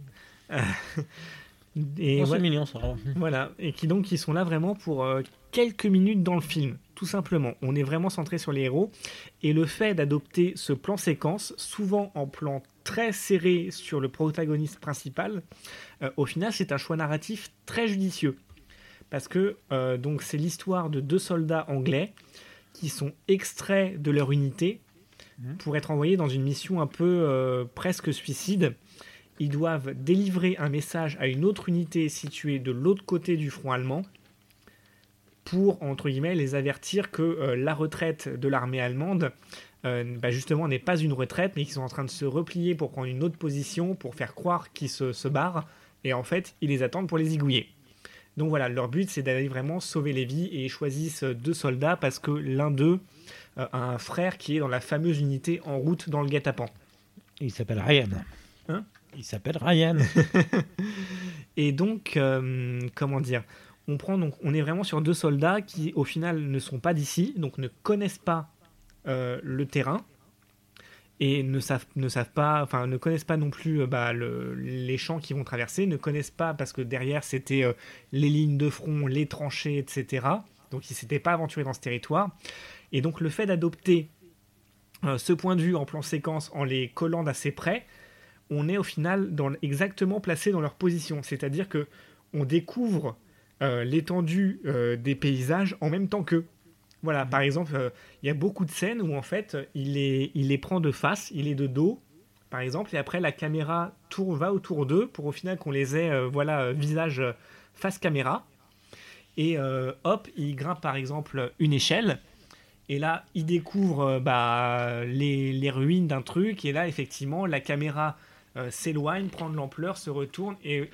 C'est mignon ça. Voilà, et qui sont là vraiment pour quelques minutes dans le film, tout simplement. On est vraiment centré sur les héros, et le fait d'adopter ce plan séquence, souvent en plan très serré sur le protagoniste principal, au final, c'est un choix narratif très judicieux. Parce que donc c'est l'histoire de 2 soldats anglais qui sont extraits de leur unité pour être envoyés dans une mission un peu presque suicide. Ils doivent délivrer un message à une autre unité située de l'autre côté du front allemand pour, entre guillemets, les avertir que la retraite de l'armée allemande, justement, n'est pas une retraite, mais qu'ils sont en train de se replier pour prendre une autre position, pour faire croire qu'ils se barrent, et en fait, ils les attendent pour les zigouiller. Donc voilà, leur but, c'est d'aller vraiment sauver les vies, et ils choisissent 2 soldats parce que l'un d'eux a un frère qui est dans la fameuse unité en route dans le guet-apens. Il s'appelle Ryan. Hein ? Il s'appelle Ryan. Et donc, comment dire, on est vraiment sur 2 soldats qui, au final, ne sont pas d'ici, donc ne connaissent pas le terrain et ne connaissent pas non plus les champs qu'ils vont traverser, ne connaissent pas parce que derrière c'était les lignes de front, les tranchées, etc. Donc ils ne s'étaient pas aventurés dans ce territoire. Et donc le fait d'adopter ce point de vue en plan séquence en les collant d'assez près, on est au final exactement placé dans leur position. C'est-à-dire que on découvre l'étendue des paysages en même temps qu'eux. Voilà, par exemple, il y a beaucoup de scènes où en fait, il les prend de face, il est de dos, par exemple, et après la caméra va autour d'eux pour au final qu'on les ait, visage face caméra. Et hop, il grimpe par exemple une échelle, et là, il découvre les ruines d'un truc, et là, effectivement, la caméra s'éloigne, prend de l'ampleur, se retourne, et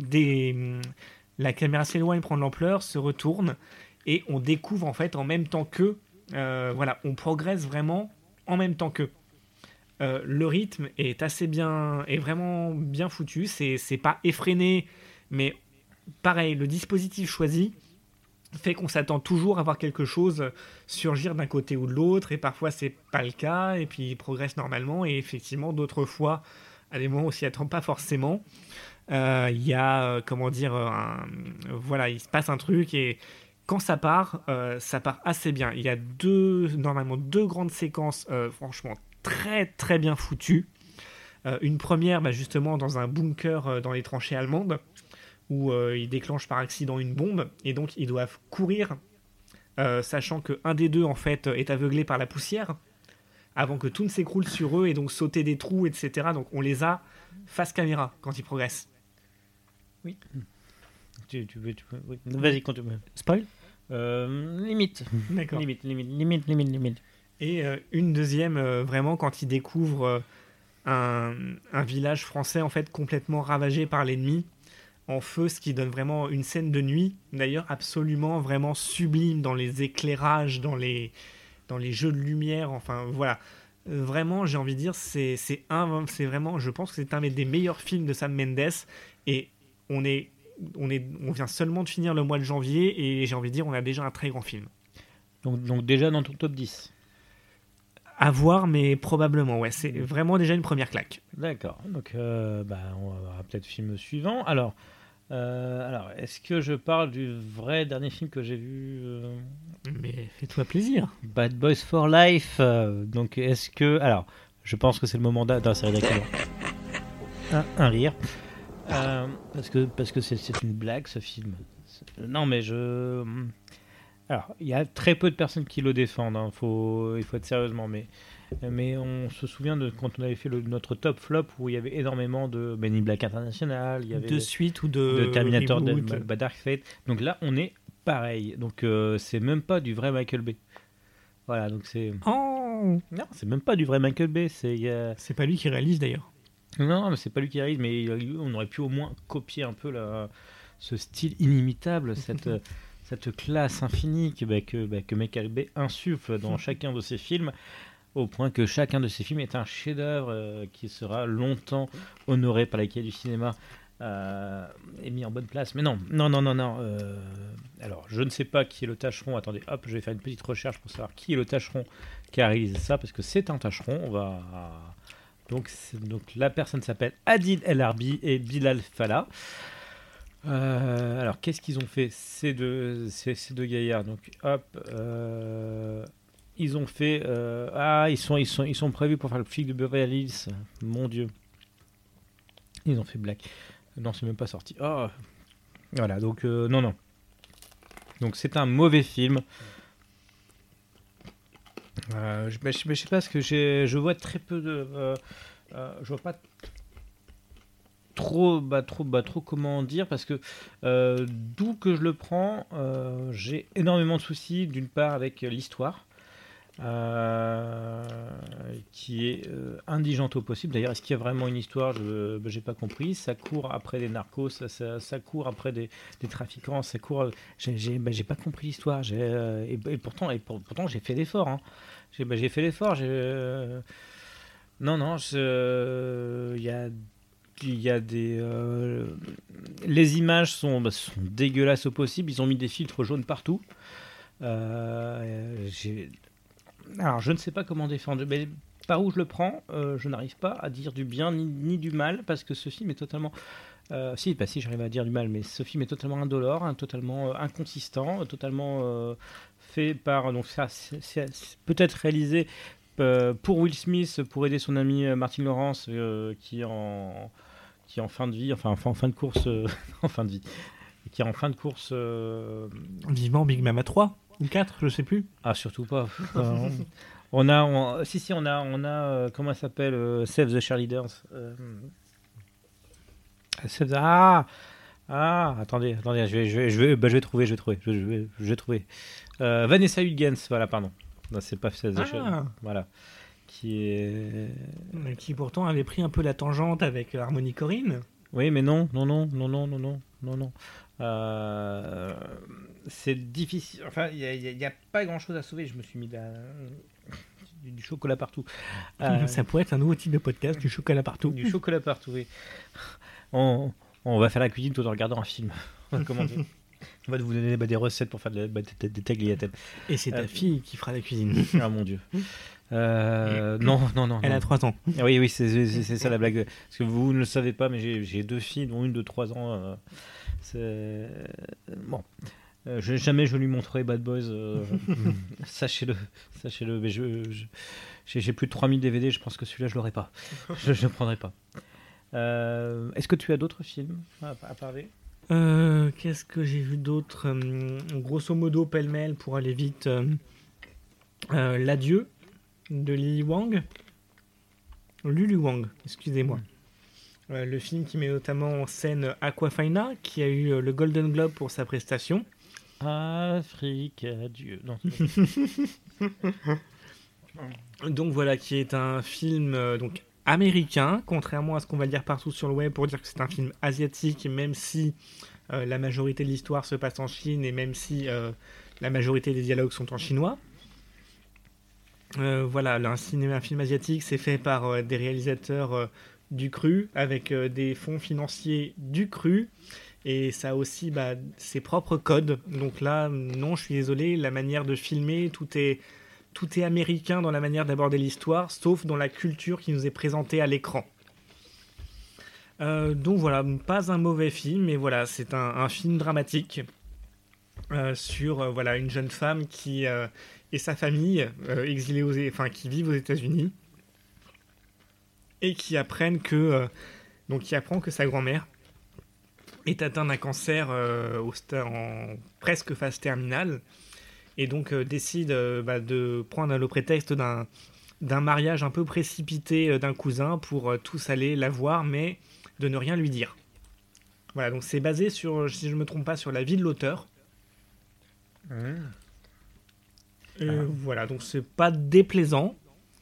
la caméra s'éloigne, prend de l'ampleur, se retourne, et on découvre en fait en même temps qu'eux, on progresse vraiment en même temps qu'eux. Le rythme est vraiment bien foutu, c'est pas effréné, mais pareil, le dispositif choisi fait qu'on s'attend toujours à voir quelque chose surgir d'un côté ou de l'autre, et parfois c'est pas le cas, et puis il progresse normalement, et effectivement d'autres fois, à des moments où on s'y attend pas forcément, il y a, il se passe un truc, et quand ça part assez bien. Il y a normalement deux grandes séquences franchement très très bien foutues. Une première justement dans un bunker dans les tranchées allemandes où ils déclenchent par accident une bombe et donc ils doivent courir sachant qu'un des deux en fait est aveuglé par la poussière avant que tout ne s'écroule sur eux et donc sauter des trous, etc. Donc on les a face caméra quand ils progressent. Oui. Tu veux, oui. Vas-y, continue. Spoil ? Limite. D'accord. Limite. Et une deuxième, vraiment, quand ils découvrent un village français en fait complètement ravagé par l'ennemi, en feu, ce qui donne vraiment une scène de nuit, d'ailleurs absolument vraiment sublime dans les éclairages, dans les jeux de lumière, enfin voilà. Vraiment, j'ai envie de dire, c'est vraiment, je pense que c'est un des meilleurs films de Sam Mendes, et on vient seulement de finir le mois de janvier et j'ai envie de dire on a déjà un très grand film. Donc déjà dans ton top 10. À voir, mais probablement, ouais. C'est vraiment déjà une première claque. D'accord. Donc on va voir peut-être le film suivant. Alors, est-ce que je parle du vrai dernier film que j'ai vu Mais fais-toi plaisir. Bad Boys for Life. Donc est-ce que... Alors, je pense que c'est le moment d'insérer d'accord. Un rire. Parce que c'est une blague, ce film. Non, mais alors, il y a très peu de personnes qui le défendent, hein. Il faut être sérieusement, mais on se souvient de quand on avait fait notre top flop où il y avait énormément de Men in Black International, il y avait de suite ou de Terminator, de reboot. Dark Fate. Donc là, on est pareil. Donc c'est même pas du vrai Michael Bay. Voilà, donc c'est... Oh Non, c'est même pas du vrai Michael Bay. C'est pas lui qui réalise d'ailleurs. Non, mais c'est pas lui qui réalise, mais on aurait pu au moins copier un peu ce style inimitable, cette classe infinie que Michael Bay insuffle dans chacun de ses films, au point que chacun de ses films est un chef-d'œuvre qui sera longtemps honoré par la qualité du cinéma et mis en bonne place. Mais non. Alors, je ne sais pas qui est le tâcheron. Attendez, hop, je vais faire une petite recherche pour savoir qui est le tâcheron qui a réalisé ça, parce que c'est un tâcheron. Donc la personne s'appelle Adil El Arbi et Bilal Fallah. Alors qu'est-ce qu'ils ont fait ces deux gaillards? Donc hop, ils ont fait ils sont prévus pour faire le flic de Beverly Hills. Mon Dieu, Ils ont fait Black. Non, c'est même pas sorti. Oh. Voilà, donc non. Donc c'est un mauvais film. Je sais pas, parce que je vois très peu de... je vois pas trop comment dire, parce que d'où que je le prends, j'ai énormément de soucis, d'une part avec l'histoire, qui est indigente au possible. D'ailleurs, est-ce qu'il y a vraiment une histoire? J'ai pas compris. Ça court après des narcos, ça court après des trafiquants, ça court. J'ai pas compris l'histoire. Et pourtant j'ai fait l'effort. Hein. J'ai fait l'effort. Non, il y a des. Les images sont dégueulasses au possible. Ils ont mis des filtres jaunes partout. Alors, je ne sais pas comment défendre, mais par où je le prends, je n'arrive pas à dire du bien ni du mal, parce que ce film est totalement... si, j'arrive à dire du mal, mais ce film est totalement indolore, totalement inconsistant, totalement fait par... Donc ça, c'est peut-être réalisé pour Will Smith, pour aider son ami Martin Lawrence, qui est en fin de vie, enfin en fin de course, en fin de vie, qui est en fin de course... Vivement Big Mama 3 ou 4, je sais plus. Ah, surtout pas. On a comment ça s'appelle, Save the Cheerleaders. Attendez, je vais trouver. Vanessa Hudgens, voilà, pardon. Non, c'est pas Save the Cheerleaders. Voilà. Qui pourtant avait pris un peu la tangente avec Harmony Korine. Oui, mais non. C'est difficile. Enfin, il y a pas grand-chose à sauver. Je me suis mis du chocolat partout. Ça pourrait être un nouveau type de podcast, du chocolat partout. Du chocolat partout, oui. On va faire la cuisine tout en regardant un film. Comment dire? On va vous donner des recettes pour faire des tagliatelles. Et c'est ta fille qui fera la cuisine. Ah mon Dieu. Non. Elle a 3 ans. Oui, c'est ça la blague. Parce que vous ne le savez pas, mais j'ai 2 filles, dont une de 3 ans. Bon. Jamais je lui montrerai Bad Boys. Sachez-le. Mais j'ai plus de 3000 DVD, je pense que celui-là, je l'aurai pas. Je ne prendrai pas. Est-ce que tu as d'autres films à parler? Qu'est-ce que j'ai vu d'autre? Grosso modo, pêle-mêle, pour aller vite, L'Adieu de Lulu Wang, excusez-moi. Le film qui met notamment en scène Awkwafina, qui a eu le Golden Globe pour sa prestation. Afrique, adieu. Non, donc voilà, qui est un film donc américain, contrairement à ce qu'on va dire partout sur le web pour dire que c'est un film asiatique, même si la majorité de l'histoire se passe en Chine et même si la majorité des dialogues sont en chinois. Voilà, un film asiatique, c'est fait par des réalisateurs du cru, avec des fonds financiers du cru, et ça a aussi ses propres codes. Donc là, non, je suis désolé, la manière de filmer, tout est américain dans la manière d'aborder l'histoire, sauf dans la culture qui nous est présentée à l'écran. Donc voilà, pas un mauvais film, mais voilà, c'est un film dramatique sur une jeune femme qui et sa famille exilée qui vivent aux États-Unis et qui apprend que sa grand-mère est atteinte d'un cancer en presque phase terminale, et donc décide de prendre le prétexte d'un mariage un peu précipité d'un cousin pour tous aller la voir, mais de ne rien lui dire. Voilà, donc c'est basé sur, si je ne me trompe pas, sur la vie de l'auteur. Voilà, donc c'est pas déplaisant.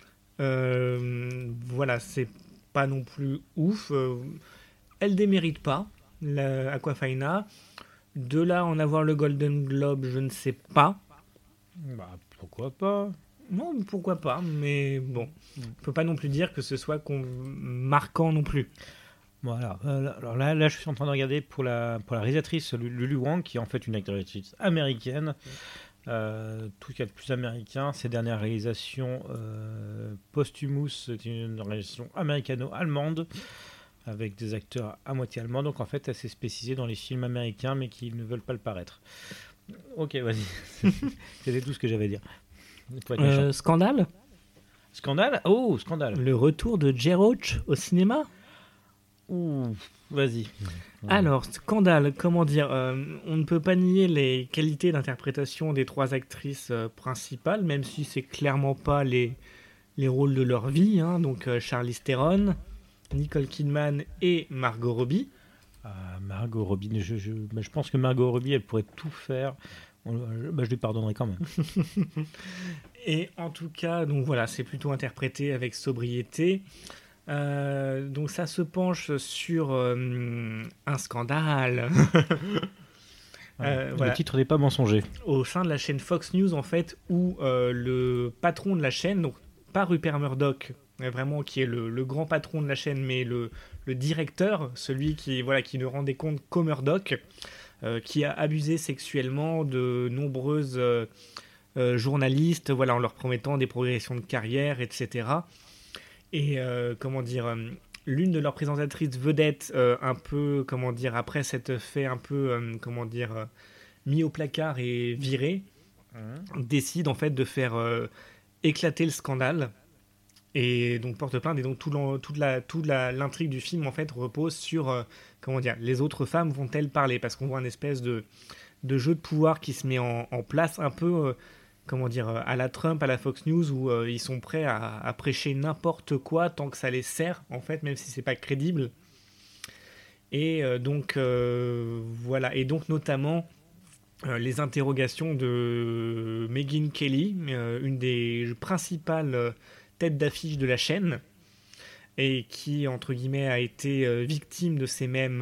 Voilà, c'est pas non plus ouf. Elle démérite pas, la Awkwafina. De là en avoir le Golden Globe, je ne sais pas. Pourquoi pas? Non, pourquoi pas, mais bon, on peut pas non plus dire que ce soit marquant non plus. Voilà. Alors là, je suis en train de regarder pour la réalisatrice Lulu Wang, qui est en fait une actrice américaine. Tout ce qu'il y a de plus américain, ses dernières réalisations Posthumous, c'est une réalisation américano-allemande avec des acteurs à moitié allemands. Donc en fait, elle s'est spécialisée dans les films américains, mais qui ne veulent pas le paraître. Ok, vas-y. C'était tout ce que j'avais à dire. Scandale. Scandale. Oh, Scandale. Le retour de Jay Roach au cinéma. Ouh, vas-y. Alors, scandale, comment dire, on ne peut pas nier les qualités d'interprétation des 3 actrices principales, même si c'est clairement pas les rôles de leur vie, hein. Donc Charlize Theron, Nicole Kidman et Margot Robbie. Margot Robbie, je pense que Margot Robbie, elle pourrait tout faire. Je lui pardonnerai quand même. Et en tout cas, donc voilà, c'est plutôt interprété avec sobriété. Donc ça se penche sur un scandale. Le Voilà. titre n'est pas mensonger. Au sein de la chaîne Fox News, en fait, où le patron de la chaîne, donc pas Rupert Murdoch, vraiment qui est le grand patron de la chaîne, mais le directeur, celui qui ne rendait compte qu'au Murdoch, qui a abusé sexuellement de nombreuses journalistes, voilà, en leur promettant des progressions de carrière, etc. Et l'une de leurs présentatrices vedettes, un peu, après cet fait un peu, mis au placard et viré, décide en fait de faire éclater le scandale et donc porte plainte. Et donc toute l'intrigue du film en fait repose sur les autres femmes vont-elles parler, parce qu'on voit une espèce de jeu de pouvoir qui se met en place un peu à la Trump, à la Fox News, où ils sont prêts à prêcher n'importe quoi tant que ça les sert, en fait, même si c'est pas crédible. Et donc notamment les interrogations de Megyn Kelly, une des principales têtes d'affiche de la chaîne, et qui, entre guillemets, a été victime de ces mêmes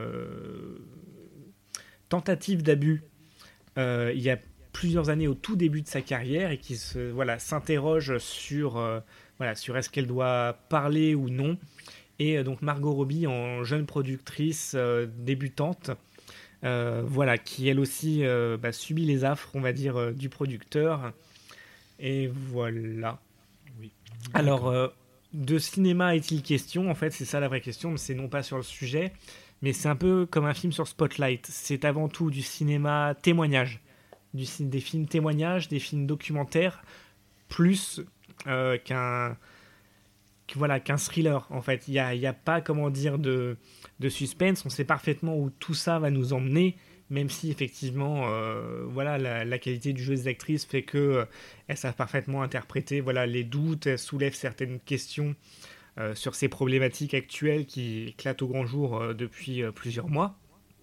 tentatives d'abus il y a plusieurs années au tout début de sa carrière, et qui s'interroge sur est-ce qu'elle doit parler ou non. Et donc Margot Robbie, en jeune productrice débutante, qui elle aussi subit les affres, on va dire, du producteur. Et voilà. Oui. Alors, de cinéma est-il question? En fait, c'est ça la vraie question, mais c'est non pas sur le sujet, mais c'est un peu comme un film sur Spotlight. C'est avant tout du cinéma témoignage. Des films témoignages, des films documentaires, plus qu'un thriller, en fait. Il n'y a pas, de suspense. On sait parfaitement où tout ça va nous emmener, même si, effectivement, la qualité du jeu des actrices fait qu'elles savent parfaitement interpréter les doutes, elles soulèvent certaines questions sur ces problématiques actuelles qui éclatent au grand jour depuis plusieurs mois.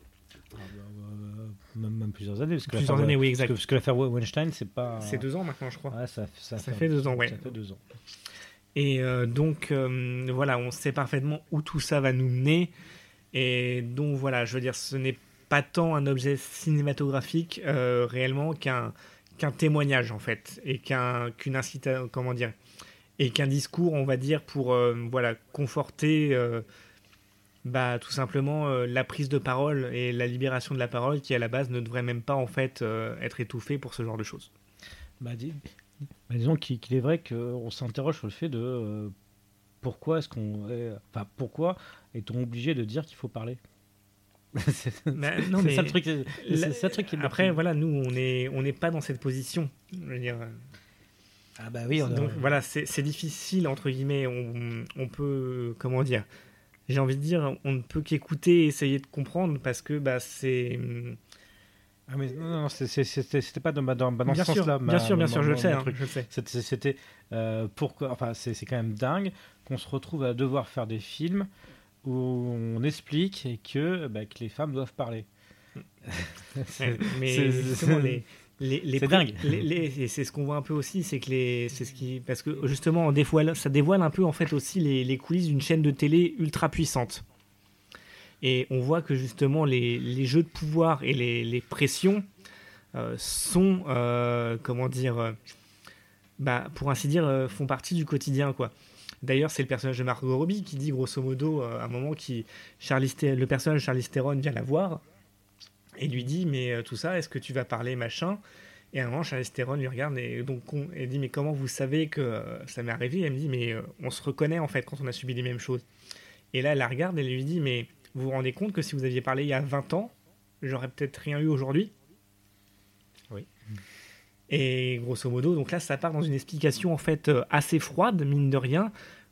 Même plusieurs années. Plusieurs années, oui, exact. Parce que l'affaire Weinstein, c'est pas... C'est 2 ans maintenant, je crois. Ouais, ça fait 2 ans, ouais. Ça fait 2 ans. Et on sait parfaitement où tout ça va nous mener. Et donc, je veux dire, ce n'est pas tant un objet cinématographique réellement qu'un témoignage, en fait. Et qu'une incitation, et qu'un discours, on va dire, pour conforter... tout simplement la prise de parole et la libération de la parole, qui à la base ne devrait même pas en fait être étouffée pour ce genre de choses. Disons qu'il est vrai qu'on s'interroge sur le fait de pourquoi est-on obligé de dire qu'il faut parler? C'est ça le truc. C'est ça le truc qui est après, nous on n'est pas dans cette position. Je veux dire. Donc c'est difficile entre guillemets. On peut j'ai envie de dire, on ne peut qu'écouter et essayer de comprendre, parce que c'est... Ah mais non, c'était pas dans ce sens-là. Bien sûr, je le sais. Je sais. C'était pourquoi. Enfin, c'est quand même dingue qu'on se retrouve à devoir faire des films où on explique que les femmes doivent parler. Mais justement, c'est dingue. Et c'est ce qu'on voit un peu aussi, parce que justement, ça dévoile un peu en fait aussi les coulisses d'une chaîne de télé ultra puissante. Et on voit que justement les jeux de pouvoir et les pressions sont, pour ainsi dire, font partie du quotidien, quoi. D'ailleurs, c'est le personnage de Margot Robbie qui dit grosso modo à un moment le personnage de Charlize Theron vient la voir et lui dit mais tout ça, est-ce que tu vas parler machin? Et à un moment, Charlize Theron lui regarde et donc elle dit mais comment vous savez que ça m'est arrivé? Elle me dit mais on se reconnaît en fait quand on a subi les mêmes choses. Et là, elle la regarde et elle lui dit mais vous vous rendez compte que si vous aviez parlé il y a 20 ans, j'aurais peut-être rien eu aujourd'hui? Oui. Et grosso modo, donc là, ça part dans une explication en fait assez froide, mine de rien,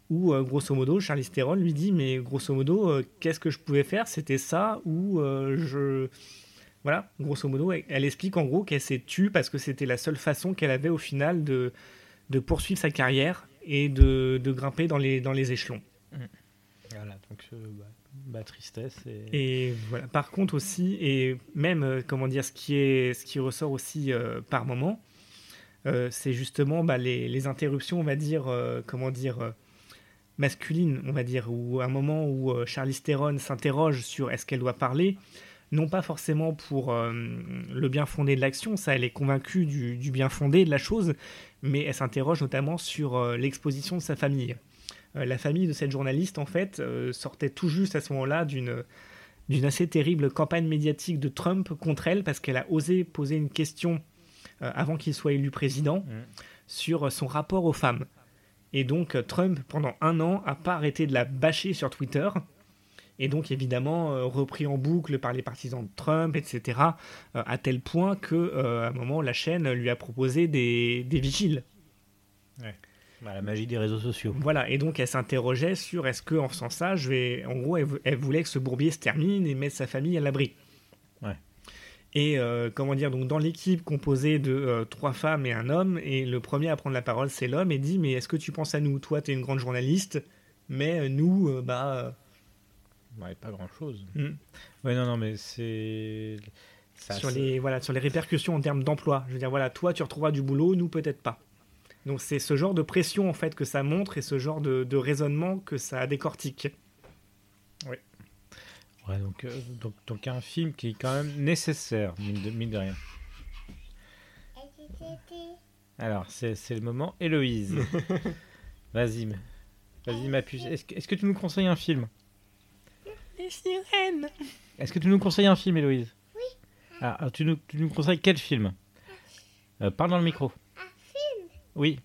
où grosso modo Charlize Theron lui dit mais grosso modo qu'est-ce que je pouvais faire, c'était ça ou voilà, grosso modo elle explique en gros qu'elle s'est tue parce que c'était la seule façon qu'elle avait au final de poursuivre sa carrière et de grimper dans les échelons. Voilà, donc tristesse. Et voilà, par contre aussi, et même comment dire, ce qui ressort aussi par moment, c'est justement les interruptions, on va dire, masculines, on va dire, ou un moment où Charlize Theron s'interroge sur est-ce qu'elle doit parler, non pas forcément pour le bien fondé de l'action, ça elle est convaincue du bien fondé de la chose, mais elle s'interroge notamment sur l'exposition de sa famille. La famille de cette journaliste, en fait, sortait tout juste à ce moment-là d'une assez terrible campagne médiatique de Trump contre elle, parce qu'elle a osé poser une question avant qu'il soit élu président sur son rapport aux femmes. Et donc Trump, pendant 1 an, n'a pas arrêté de la bâcher sur Twitter, et donc évidemment repris en boucle par les partisans de Trump, etc., à tel point qu'à un moment, la chaîne lui a proposé des vigiles. Ouais. La magie des réseaux sociaux. Voilà, et donc elle s'interrogeait sur est-ce qu'en faisant ça, en gros, elle voulait que ce bourbier se termine et mettre sa famille à l'abri. Ouais. Et donc dans l'équipe composée de 3 femmes et un homme, et le premier à prendre la parole, c'est l'homme, et dit mais est-ce que tu penses à nous ? Toi, t'es une grande journaliste, mais nous, Ouais, pas grand-chose. Ouais, non, mais c'est... sur les répercussions en termes d'emploi. Je veux dire, voilà, toi, tu retrouveras du boulot, nous, peut-être pas. Donc c'est ce genre de pression en fait que ça montre et ce genre de raisonnement que ça décortique. Oui. Ouais, donc un film qui est quand même nécessaire, mine de rien. Alors c'est le moment Héloïse. Vas-y ma puce. Est-ce que tu nous conseilles un film ? Les sirènes. Est-ce que tu nous conseilles un film, Héloïse ? Oui. Alors tu nous conseilles quel film ? Parle dans le micro. Oui.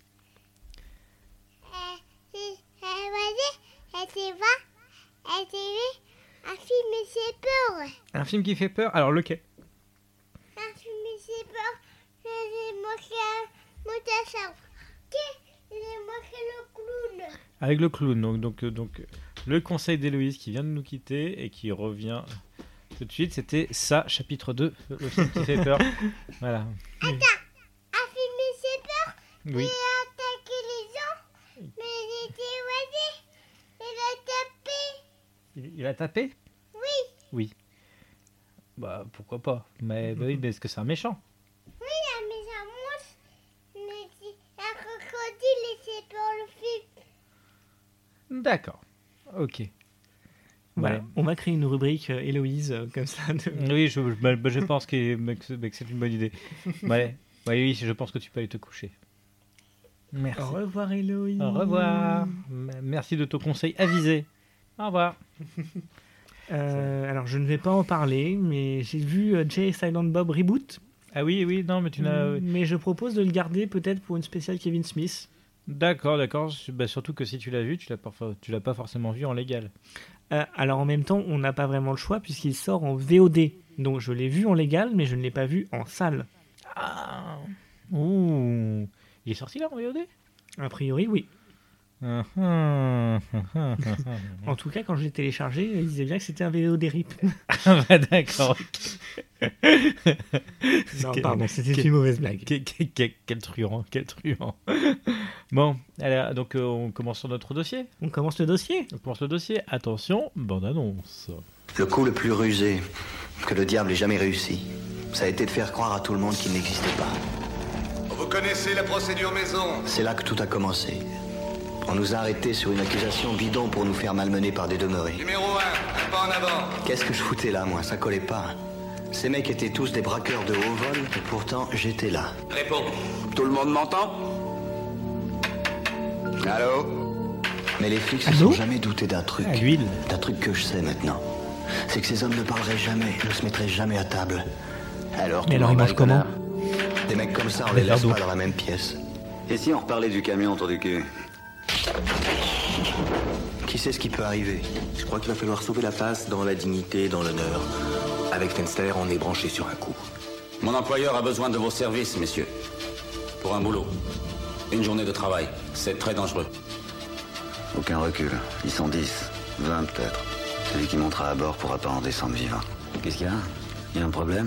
Un film qui fait peur. Un film qui fait peur ? Alors lequel ? Un film qui fait peur. J'ai moqué le clown. Avec le clown. Donc le conseil d'Héloïse qui vient de nous quitter et qui revient tout de suite, c'était ça, chapitre 2, le film qui fait peur. Voilà. Attends, un film qui fait peur. Oui. Il a attaqué les gens, mais il était évadé. Il a tapé. Il a tapé ? Oui. Oui. Bah pourquoi pas. Mais est-ce que c'est un méchant ? Oui, la maison monstre. Mais un crocodile et c'est pour le film. D'accord. Ok. Voilà. Ouais. On va créer une rubrique Héloïse comme ça. Oui, je pense que c'est une bonne idée. Ouais. Oui, je pense que tu peux aller te coucher. Merci. Au revoir Héloïse. Au revoir. Merci de ton conseil avisé. Au revoir. Alors je ne vais pas en parler, mais j'ai vu Jay et Silent Bob Reboot. Ah oui, non, mais tu n'as... Mais je propose de le garder peut-être pour une spéciale Kevin Smith. D'accord. Bah, surtout que si tu l'as vu, tu l'as pas forcément vu en légal. Alors en même temps, on n'a pas vraiment le choix puisqu'il sort en VOD. Donc je l'ai vu en légal, mais je ne l'ai pas vu en salle. Ah. Ouh. Il est sorti là en VOD ? A priori, oui. En tout cas, quand je l'ai téléchargé, il disait bien que c'était un VOD RIP. Ah, d'accord. Non, pardon, c'était une mauvaise blague. Quel truand. Bon, allez, donc on commence sur notre dossier. On commence le dossier. Attention, bande-annonce. Le coup le plus rusé que le diable ait jamais réussi, ça a été de faire croire à tout le monde qu'il n'existait pas. Vous connaissez la procédure maison ? C'est là que tout a commencé. On nous a arrêtés sur une accusation bidon pour nous faire malmener par des demeurés. Numéro 1, un pas en avant. Qu'est-ce que je foutais là, moi ? Ça collait pas. Ces mecs étaient tous des braqueurs de haut vol, et pourtant j'étais là. Réponds. Tout le monde m'entend ? Allô ? Mais les flics se Allô ? sont jamais doutés d'un truc. À l'huile. D'un truc que je sais maintenant. C'est que ces hommes ne parleraient jamais, ne se mettraient jamais à table. Alors, Mais alors ils mangent comment ? Des mecs comme ça, on Des les laisse verres pas dans la même pièce. Et si on reparlait du camion autour du cul ? Qui sait ce qui peut arriver ? Je crois qu'il va falloir sauver la face dans la dignité, dans l'honneur. Avec Fenster, on est branché sur un coup. Mon employeur a besoin de vos services, messieurs. Pour un boulot. Une journée de travail. C'est très dangereux. Aucun recul. Ils sont 10, 20 peut-être. Celui qui montera à bord pourra pas en descendre vivant. Qu'est-ce qu'il y a? Il y a un problème?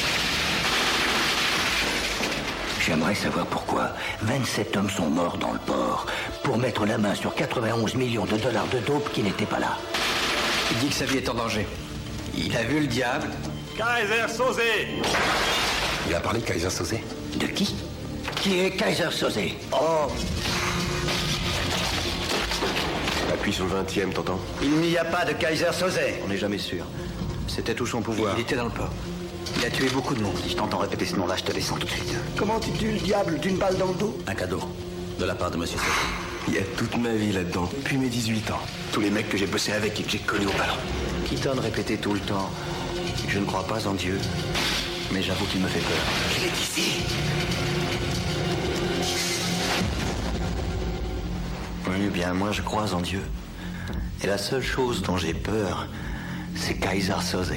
J'aimerais savoir pourquoi 27 hommes sont morts dans le port pour mettre la main sur 91 millions de dollars de dope qui n'étaient pas là. Il dit que sa vie est en danger. Il a vu le diable. Kaiser Soze! Il a parlé de Kaiser Soze. De qui? Qui est Kaiser Soze? Oh! Appuie sur le 20e, t'entends? Il n'y a pas de Kaiser Soze. On n'est jamais sûr. C'était tout son pouvoir. Il était dans le port. Il a tué beaucoup de monde. Si je t'entends répéter ce nom-là, je te descends tout de suite. Comment tu tues le diable d'une balle dans le dos? Un cadeau. De la part de Monsieur Soze. Il y a toute ma vie là-dedans, depuis mes 18 ans. Tous les mecs que j'ai bossé avec et que j'ai connus au ballon. Keaton répétait tout le temps. Je ne crois pas en Dieu. Mais j'avoue qu'il me fait peur. Il est ici. Oui, bien, moi je crois en Dieu. Et la seule chose dont j'ai peur, c'est Kaiser Soze.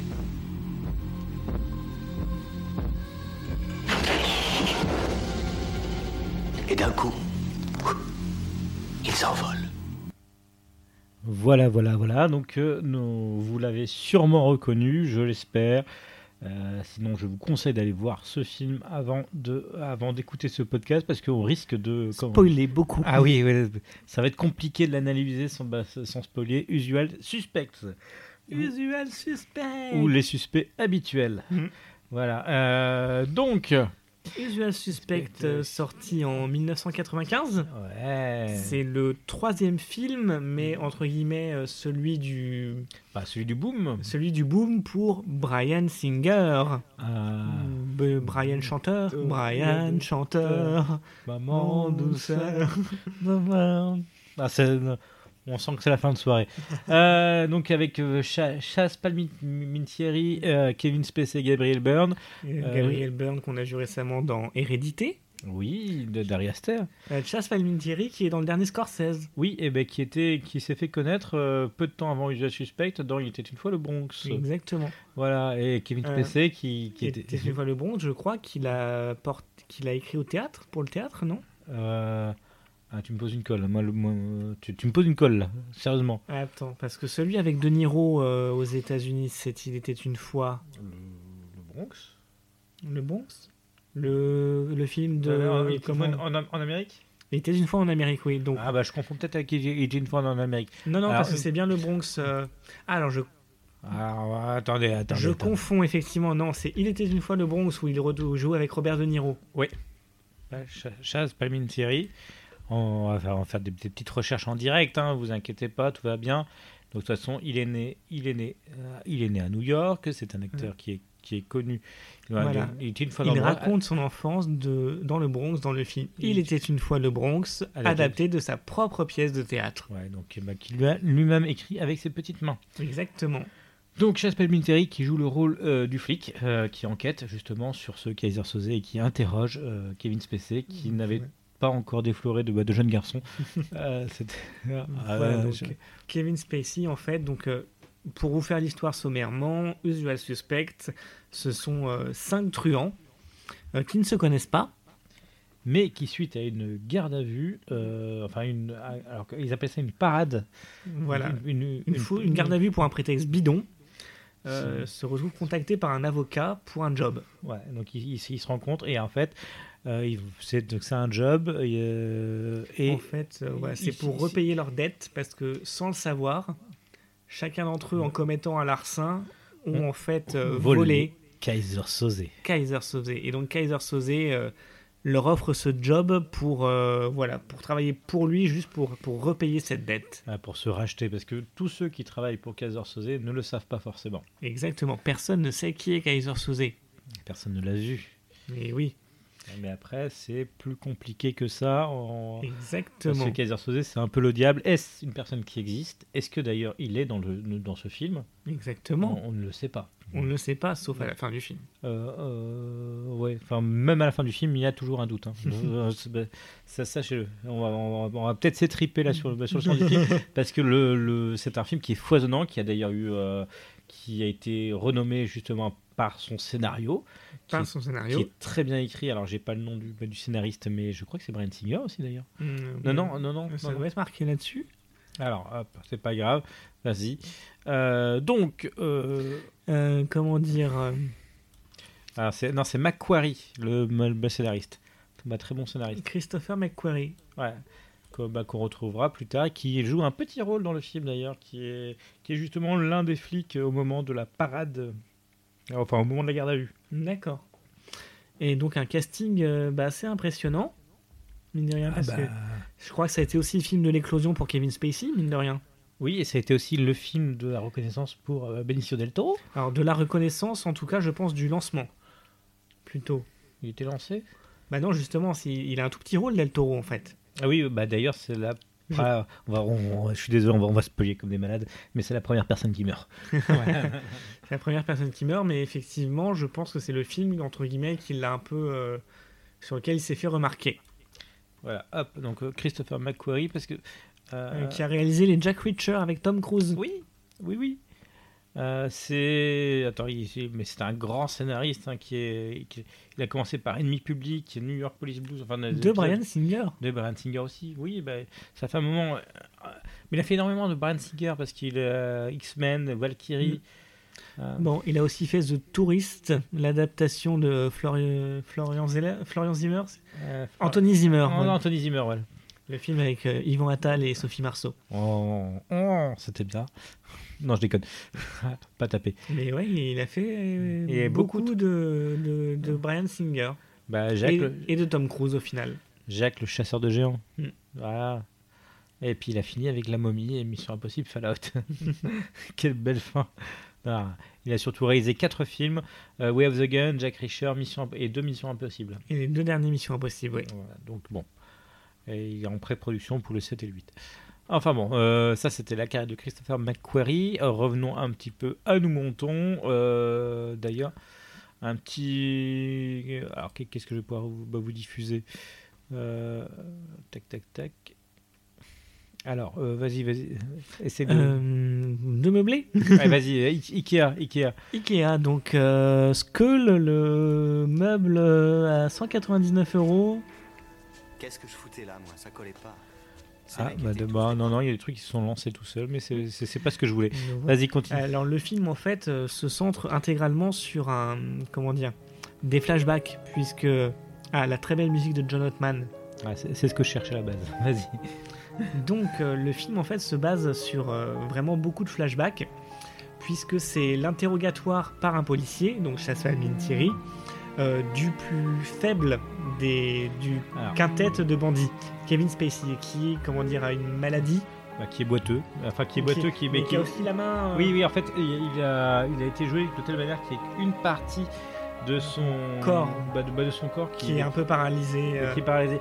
Et d'un coup, il s'envole. Voilà. Donc, vous l'avez sûrement reconnu, je l'espère. Sinon, je vous conseille d'aller voir ce film avant d'écouter ce podcast parce qu'on risque de spoiler beaucoup. Ah oui, ça va être compliqué de l'analyser sans spoiler. Usual Suspects. Usual Suspect. Ou les suspects habituels. Voilà. Donc. Usual Suspect, sorti en 1995. Ouais. C'est le 3e film, mais entre guillemets celui du boom. Celui du boom pour Bryan Singer. Bryan chanteur. Bryan chanteur. Maman douceur. On sent que c'est la fin de soirée. Donc avec Chaz Palminteri, Kevin Spacey et Gabriel Byrne. Gabriel Byrne qu'on a vu récemment dans Hérédité. Oui, d'Ari Aster. Chaz Palminteri qui est dans le dernier Scorsese. Oui, et qui s'est fait connaître peu de temps avant Usual Suspect dans Il était une fois le Bronx. Exactement. Voilà, et Kevin Spacey qui était une fois le Bronx, je crois qu'il a écrit au théâtre, pour le théâtre, non tu me poses une colle. Tu me poses une colle, là. Sérieusement. Attends, parce que celui avec De Niro aux États-Unis, c'est Il était une fois. Le Bronx. Le Bronx. Le film de. En Amérique. Il était une fois en Amérique, oui. Donc... je confonds peut-être avec Il était une fois en Amérique. Non, parce que c'est bien le Bronx. Attendez. Je confonds effectivement. Non, c'est Il était une fois le Bronx où il joue avec Robert De Niro. Oui. Chaz Palminteri. On va faire des petites recherches en direct, hein, vous inquiétez pas, tout va bien. Donc de toute façon, il est né à New York. C'est un acteur qui est connu. Voilà. Il raconte son enfance dans le Bronx dans le film. Il était une fois le Bronx, adapté de sa propre pièce de théâtre. Ouais, donc qu'il a lui-même écrit avec ses petites mains. Exactement. Donc Chaz Palminteri qui joue le rôle du flic qui enquête justement sur ce Kaiser Soze et qui interroge Kevin Spacey qui n'avait pas encore défloré de jeunes garçons. Kevin Spacey, en fait, donc, pour vous faire l'histoire sommairement, Usual Suspect, ce sont 5 truands qui ne se connaissent pas. Mais qui, suite à une garde à vue, alors ils appellent ça une parade. Voilà, une garde à vue pour un prétexte bidon. Se retrouvent contactés par un avocat pour un job. Ouais, donc ils se rencontrent et en fait, c'est un job. Et en fait, c'est pour repayer leurs dettes parce que sans le savoir, chacun d'entre eux, en commettant un larcin, ont en fait volé Kaiser Soze. Et donc Kaiser Soze leur offre ce job pour travailler pour lui, juste pour repayer cette dette. Pour se racheter, parce que tous ceux qui travaillent pour Kaiser Soze ne le savent pas forcément. Exactement, personne ne sait qui est Kaiser Soze. Personne ne l'a vu. Mais oui. Mais après, c'est plus compliqué que ça. Exactement. Parce que Kaiser Soze, c'est un peu le diable. Est-ce une personne qui existe? Est-ce que d'ailleurs il est dans ce film? Exactement. On ne le sait pas. On ne le sait pas, sauf à la fin du film. Ouais, enfin, même à la fin du film, il y a toujours un doute. Hein. Ça, sachez-le. On va peut-être s'étriper là sur le champ du film, parce que c'est un film qui est foisonnant, qui a d'ailleurs qui a été renommé justement par son scénario. Qui est très bien écrit. Alors, j'ai pas le nom du scénariste, mais je crois que c'est Bryan Singer aussi d'ailleurs. Non. Ça doit être marqué là-dessus. Alors, hop, c'est pas grave. Vas-y. Comment dire Alors, c'est Macquarie, le scénariste. Très bon scénariste. Christopher McQuarrie. Ouais. Qu'on retrouvera plus tard, qui joue un petit rôle dans le film d'ailleurs, qui est justement l'un des flics au moment de la parade, enfin au moment de la garde à vue. D'accord. Et donc un casting assez impressionnant, mine de rien, parce que je crois que ça a été aussi le film de l'éclosion pour Kevin Spacey, mine de rien. Oui, et ça a été aussi le film de la reconnaissance pour Benicio del Toro. Alors de la reconnaissance, en tout cas, je pense du lancement, plutôt. Il était lancé ? Bah non, justement, il a un tout petit rôle, Del Toro, en fait. Ah oui, d'ailleurs, c'est la... je suis désolé, on va spoiler comme des malades, mais c'est la première personne qui meurt. C'est la première personne qui meurt, mais effectivement, je pense que c'est le film, entre guillemets, qui l'a un peu... sur lequel il s'est fait remarquer. Voilà, hop, donc Christopher McQuarrie, parce que... qui a réalisé les Jack Reacher avec Tom Cruise. Oui. C'est un grand scénariste il a commencé par Ennemi Public, New York Police Blues, de Bryan Singer. De Bryan Singer aussi. Oui, ça fait un moment. Mais il a fait énormément de Bryan Singer parce qu'il a X-Men, Valkyrie. Bon, il a aussi fait The Tourist, l'adaptation de Florian Zimmer. Anthony Zimmer. Anthony Zimmer, voilà. Le film avec Yvon Attal et Sophie Marceau. C'était bien. Non, je déconne. Pas tapé. Mais ouais, il a fait beaucoup de Bryan Singer. Et de Tom Cruise au final. Jacques, le chasseur de géants. Voilà. Et puis il a fini avec La Momie et Mission Impossible Fallout. Quelle belle fin. Il a surtout réalisé 4 films, Way of the Gun, Jack Reacher, et 2 Missions Impossibles. Et les 2 dernières Missions Impossibles, oui. Voilà, donc bon. Et il est en pré-production pour le 7 et le 8. Enfin bon, ça c'était la carrière de Christopher McQuarrie. Revenons un petit peu à Nous Montons. D'ailleurs, un petit... Alors qu'est-ce que je vais pouvoir vous diffuser Tac. Alors, vas-y. Essaie de meubler. Ouais, vas-y, Ikea. Ikea, donc Skull, le meuble à 199 €. Qu'est-ce que je foutais là, moi? Ça collait pas. Non, il y a des trucs qui se sont lancés tout seuls, mais c'est pas ce que je voulais. Vas-y, continue. Alors, le film, en fait, se centre intégralement sur des flashbacks, puisque... la très belle musique de John Ottman. C'est ce que je cherchais à la base. Vas-y. Donc, le film, en fait, se base sur vraiment beaucoup de flashbacks, puisque c'est l'interrogatoire par un policier, donc Chassel Thierry, du plus faible du quintet de bandits, Kevin Spacey, qui a une maladie. Qui est boiteux, qui a aussi la main. Oui, en fait, il a été joué de telle manière qu'il y a une partie de son corps, de son corps qui est un peu paralysé. Qui est paralysé.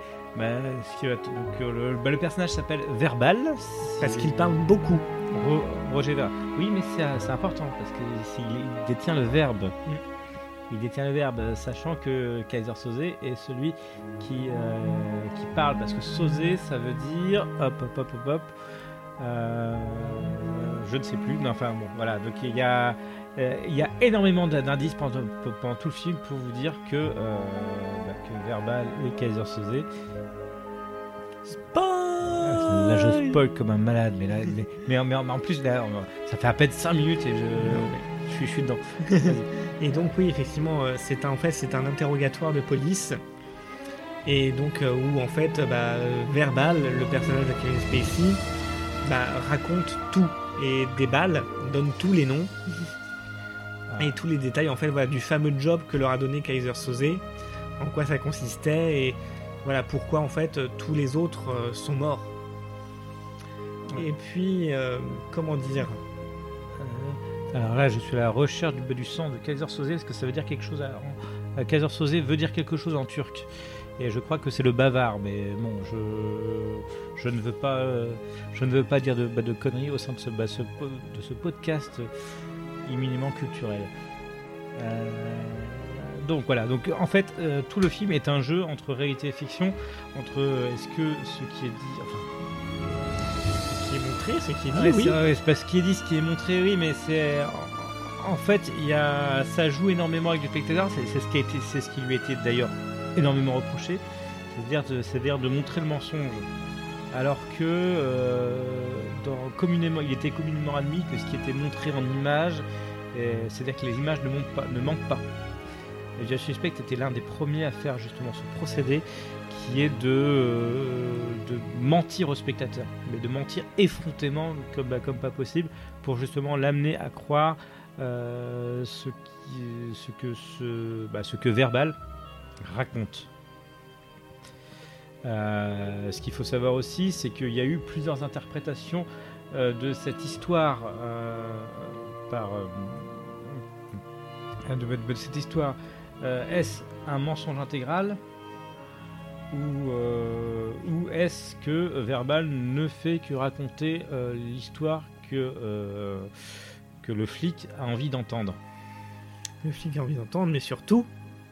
Le personnage s'appelle Verbal parce qu'il parle beaucoup. Roger Verbal. Oui, mais c'est important parce qu'il détient le verbe. Il détient le verbe, sachant que Kaiser Soze est celui qui parle, parce que Soze, ça veut dire hop. Je ne sais plus. Mais enfin bon, voilà. Donc il y a énormément d'indices pendant tout le film pour vous dire que Verbal et Kaiser Soze. Spoil. Là, je spoil comme un malade, mais en plus là, ça fait à peine 5 minutes et je suis dedans. Et donc oui, effectivement, c'est un interrogatoire de police. Et donc où en fait, Verbal, le personnage de Kevin Spacey, raconte tout et déballe, donne tous les noms et tous les détails en fait du fameux job que leur a donné Kaiser Soze, en quoi ça consistait et voilà pourquoi en fait tous les autres sont morts. Et puis comment dire. Alors là, je suis à la recherche du sang de Kaiser Soze parce que ça veut dire quelque chose. Kaiser Soze veut dire quelque chose en turc. Et je crois que c'est le bavard, mais bon, je ne veux pas dire de conneries au sein de ce podcast imminemment culturel. Donc voilà, en fait, tout le film est un jeu entre réalité et fiction, entre est-ce que ce qui est dit, ce qui est montré, ce qui est dit, oui. C'est pas ce qui est dit, ce qui est montré, oui, mais c'est en fait, ça joue énormément avec le spectateur, c'est ce qui lui a été d'ailleurs énormément reproché, c'est-à-dire de montrer le mensonge alors que il était communément admis que ce qui était montré en images, c'est-à-dire que les images ne manquent pas. Et Judge Suspect était l'un des premiers à faire justement ce procédé qui est de mentir au spectateur, mais de mentir effrontément comme pas possible pour justement l'amener à croire ce que Verbal raconte. Ce qu'il faut savoir aussi, c'est qu'il y a eu plusieurs interprétations de cette histoire de cette histoire. Est-ce un mensonge intégral ou est-ce que Verbal ne fait que raconter l'histoire que le flic a envie d'entendre? Le flic a envie d'entendre, mais surtout,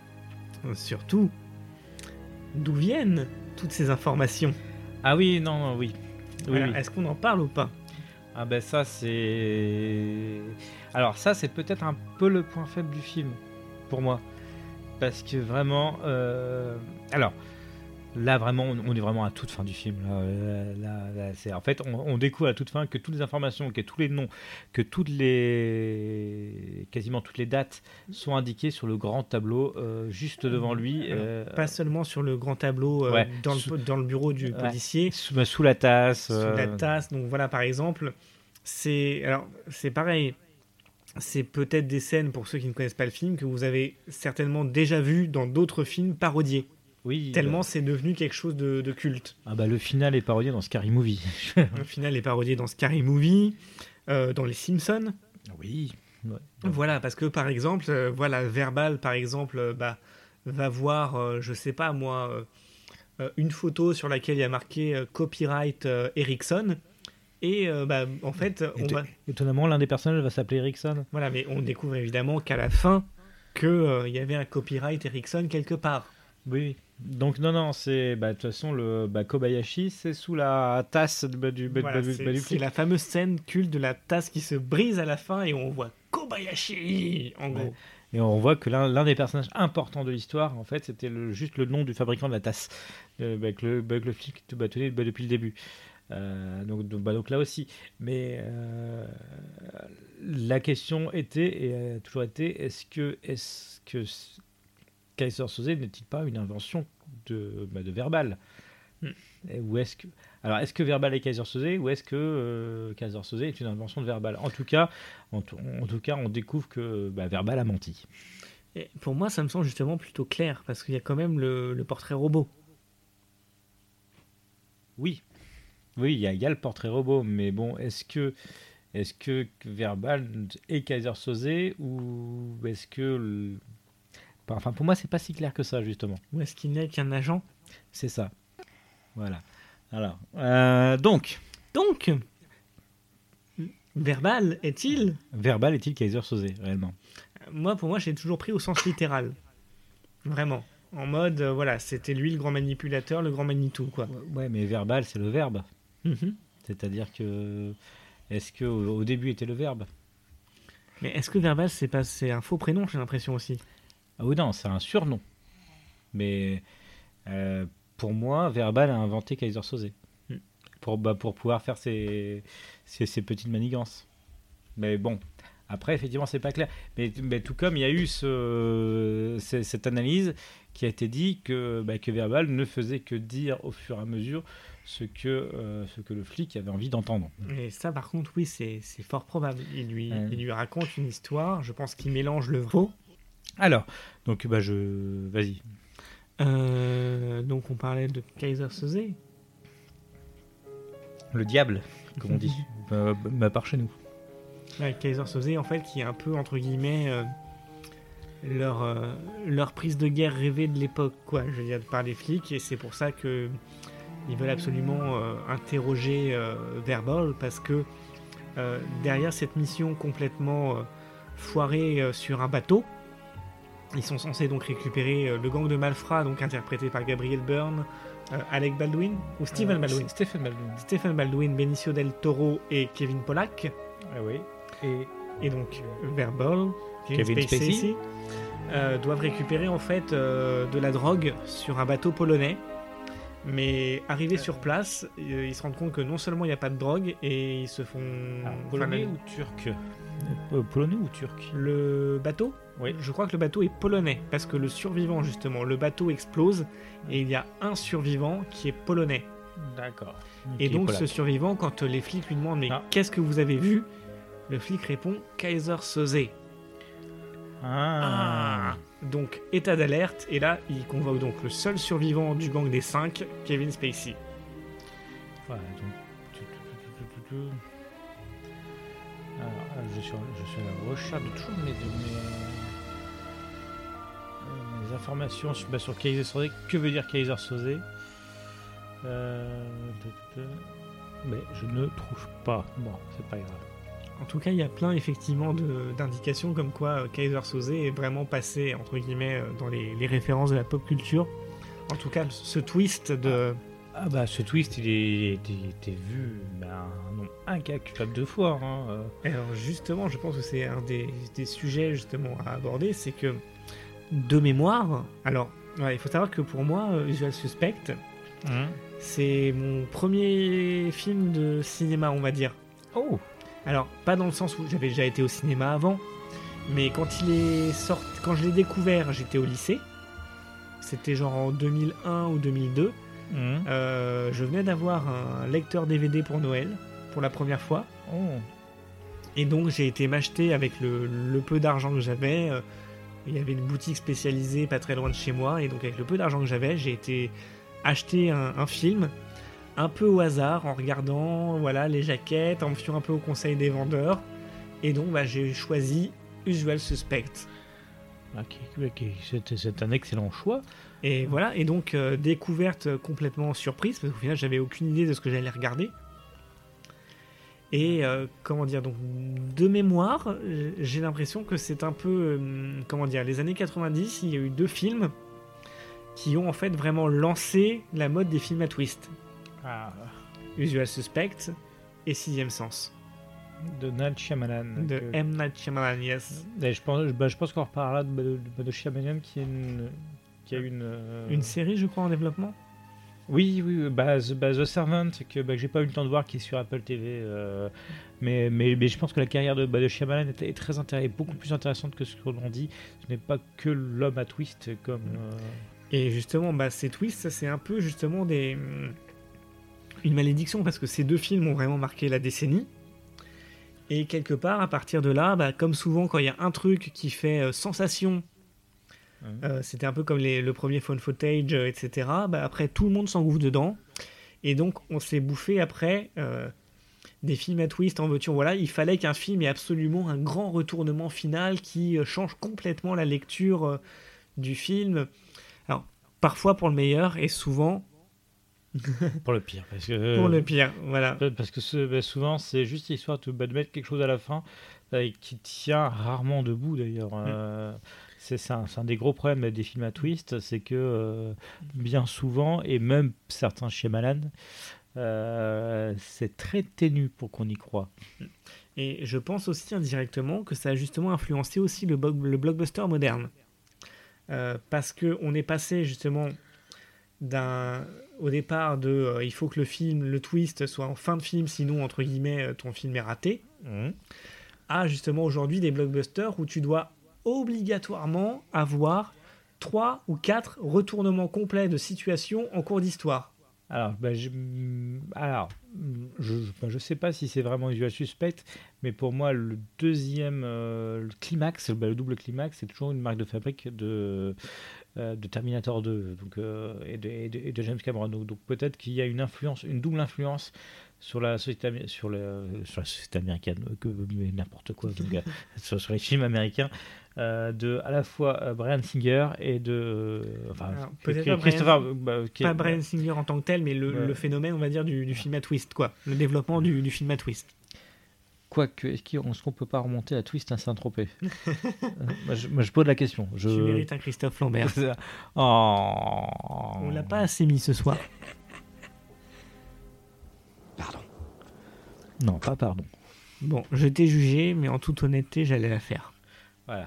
d'où viennent toutes ces informations? Ah oui, non, oui. Alors, oui. est-ce qu'on en parle ou pas? Ah ben ça c'est... Alors ça c'est peut-être un peu le point faible du film, pour moi. Parce que vraiment... Alors, là vraiment, on est vraiment à toute fin du film. Là, c'est... En fait, on découvre à toute fin que toutes les informations, que tous les noms, que quasiment toutes les dates sont indiquées sur le grand tableau juste devant lui. Pas seulement sur le grand tableau dans le bureau du policier. Sous la tasse. Sous la tasse. Donc voilà, par exemple, c'est pareil. C'est peut-être des scènes, pour ceux qui ne connaissent pas le film, que vous avez certainement déjà vu dans d'autres films parodiés. Oui, tellement c'est devenu quelque chose de culte. Ah bah le final est parodié dans Scary Movie. Le final est parodié dans Scary Movie, dans Les Simpsons. Oui. Ouais. Voilà, parce que par exemple, Verbal, par exemple, va voir, je sais pas moi, une photo sur laquelle il y a marqué copyright Ericsson. Et en fait, étonnamment, l'un des personnages va s'appeler Ericsson. Voilà, mais on découvre évidemment qu'à la fin, qu'il y avait un copyright Ericsson quelque part. Oui. Donc non, c'est de toute façon le Kobayashi, c'est sous la tasse du c'est la fameuse scène culte de la tasse qui se brise à la fin et on voit Kobayashi en gros. Et on voit que l'un des personnages importants de l'histoire, en fait, c'était juste le nom du fabricant de la tasse, avec le flic tenait depuis le début. Donc là aussi, mais la question était et a toujours été est-ce que Keyser Söze n'est-il pas une invention de Verbal? Ou est-ce que Verbal est Keyser Söze ou est-ce que Keyser Söze est une invention de Verbal? En tout cas, on découvre que Verbal a menti. Et pour moi, ça me semble justement plutôt clair parce qu'il y a quand même le portrait robot. Oui, il y a le portrait robot, mais bon, est-ce que Verbal est Keyser Söze ou est-ce que Enfin, pour moi, c'est pas si clair que ça, justement. Ou est-ce qu'il n'est qu'un agent? C'est ça. Voilà. Alors, donc, Verbal est-il Keyser Söze, réellement? Pour moi, j'ai toujours pris au sens littéral. Vraiment. En mode, c'était lui le grand manipulateur, le grand Manitou, quoi. Ouais, mais Verbal, c'est le verbe. Mm-hmm. C'est-à-dire que... Est-ce qu'au début était le verbe? Mais est-ce que Verbal, c'est un faux prénom, j'ai l'impression aussi? Ah oui, non, c'est un surnom. Mais pour moi, Verbal a inventé Keyser Söze. Pour pouvoir faire ses petites manigances. Mais bon, après, effectivement, c'est pas clair. Mais tout comme il y a eu cette analyse qui a été dit que Verbal ne faisait que dire au fur et à mesure ce que le flic avait envie d'entendre. Et ça, par contre, oui, c'est fort probable. Il lui raconte une histoire, je pense qu'il mélange le faux. Alors, donc, vas-y. Donc, on parlait de Keyser Söze. Le diable, comme on dit, par chez nous. Keyser Söze, en fait, qui est un peu, entre guillemets, leur prise de guerre rêvée de l'époque, quoi, je veux dire, par les flics, et c'est pour ça qu'ils veulent absolument interroger Verbal, parce que derrière cette mission complètement foirée sur un bateau, ils sont censés donc récupérer le gang de malfrats, donc interprété par Gabriel Byrne, Alec Baldwin, ou Stephen Baldwin. Stephen Baldwin, Benicio del Toro et Kevin Pollak. Ah oui. Et donc Verbal, Kevin Spacey doivent récupérer en fait de la drogue sur un bateau polonais. Mais arrivés sur place, ils se rendent compte que non seulement il n'y a pas de drogue, et ils se font... Polonais ou turc Polonais ou turc Le bateau ? Oui. Je crois que le bateau est polonais, parce que le survivant, justement, le bateau explose, et il y a un survivant qui est polonais. D'accord. Et Qui est donc polac. ce survivant, quand les flics lui demandent « Mais Ah. qu'est-ce que vous avez vu ?» Le flic répond « Kaiser Soze ». Ah. Donc état d'alerte, et là il convoque donc le seul survivant du gang des 5, Kevin Spacey. Voilà, donc... Alors, je suis à la recherche de toujours mes informations sur Kaiser Soze. Que veut dire Kaiser Soze Mais je ne trouve pas. Bon, c'est pas grave. En tout cas, il y a plein effectivement d'indications comme quoi Kaiser Soze est vraiment passé entre guillemets dans les références de la pop culture. En tout cas, ce twist de... Ah bah ce twist il était vu un nombre incalculable de fois. Hein. Alors justement, je pense que c'est un des sujets justement à aborder, c'est que de mémoire, alors ouais, il faut savoir que pour moi, Usual Suspect, c'est mon premier film de cinéma, on va dire. Oh. Alors pas dans le sens où j'avais déjà été au cinéma avant, mais quand il est sorti, quand je l'ai découvert, j'étais au lycée. C'était genre en 2001 ou 2002. Je venais d'avoir un lecteur DVD pour Noël pour la première fois. Et donc j'ai été m'acheter avec le peu d'argent que j'avais. Il y avait une boutique spécialisée pas très loin de chez moi, et donc avec le peu d'argent que j'avais, j'ai été acheter un film un peu au hasard, en regardant voilà, les jaquettes, en me fiant un peu au conseil des vendeurs, et donc j'ai choisi Usual Suspect. Ok. C'est un excellent choix. Et voilà, et donc découverte complètement surprise, parce qu'au final j'avais aucune idée de ce que j'allais regarder. Et comment dire, donc de mémoire, j'ai l'impression que c'est un peu, comment dire, les années 90, il y a eu 2 films qui ont en fait vraiment lancé la mode des films à twist. Usual Suspect et Sixième Sens. De Night Shyamalan. De M. Night Shyamalan, yes. Et je pense qu'on reparlera de Shyamalan qui a une série, je crois, en développement. Oui, The Servant, que j'ai pas eu le temps de voir, qui est sur Apple TV. Mais je pense que la carrière de Shyamalan est très intéressante, beaucoup plus intéressante que ce qu'on en dit. Ce n'est pas que l'homme à twist comme. Et justement, ces twists, c'est un peu justement une malédiction, parce que ces 2 films ont vraiment marqué la décennie. Et quelque part, à partir de là, comme souvent, quand il y a un truc qui fait sensation, c'était un peu comme le premier phone footage, etc. Après, tout le monde s'engouffre dedans. Et donc, on s'est bouffé après des films à twist en veux-tu. Voilà, il fallait qu'un film ait absolument un grand retournement final qui change complètement la lecture du film. Alors, parfois pour le meilleur et souvent... pour le pire. Parce que, pour le pire, voilà. Parce que souvent, c'est juste histoire de mettre quelque chose à la fin qui tient rarement debout, d'ailleurs. C'est un des gros problèmes des films à twist, c'est que bien souvent, et même certains chez Shyamalan, c'est très ténu pour qu'on y croie. Et je pense aussi indirectement que ça a justement influencé aussi le blockbuster moderne. Parce qu'on est passé justement au départ il faut que le twist soit en fin de film, sinon entre guillemets ton film est raté, à justement aujourd'hui des blockbusters où tu dois obligatoirement avoir 3 ou 4 retournements complets de situation en cours d'histoire. Alors, je sais pas si c'est vraiment Usual Suspect, mais pour moi, le deuxième le climax, le double climax, c'est toujours une marque de fabrique de Terminator 2 et de James Cameron. Donc peut-être qu'il y a une double influence sur la société américaine, mais n'importe quoi, donc, sur les films américains, de à la fois Bryan Singer et de peut-être Christopher pas Bryan Singer en tant que tel, mais le phénomène, on va dire, du film à twist, quoi, le développement du film à twist. Quoique, est-ce qu'on peut pas remonter à Twist à Saint-Tropez? moi, je pose la question. Tu mérites un Christophe Lambert. On l'a pas assez mis ce soir. Pardon. Non, pas pardon. Bon, je t'ai jugé, mais en toute honnêteté, j'allais la faire. Voilà,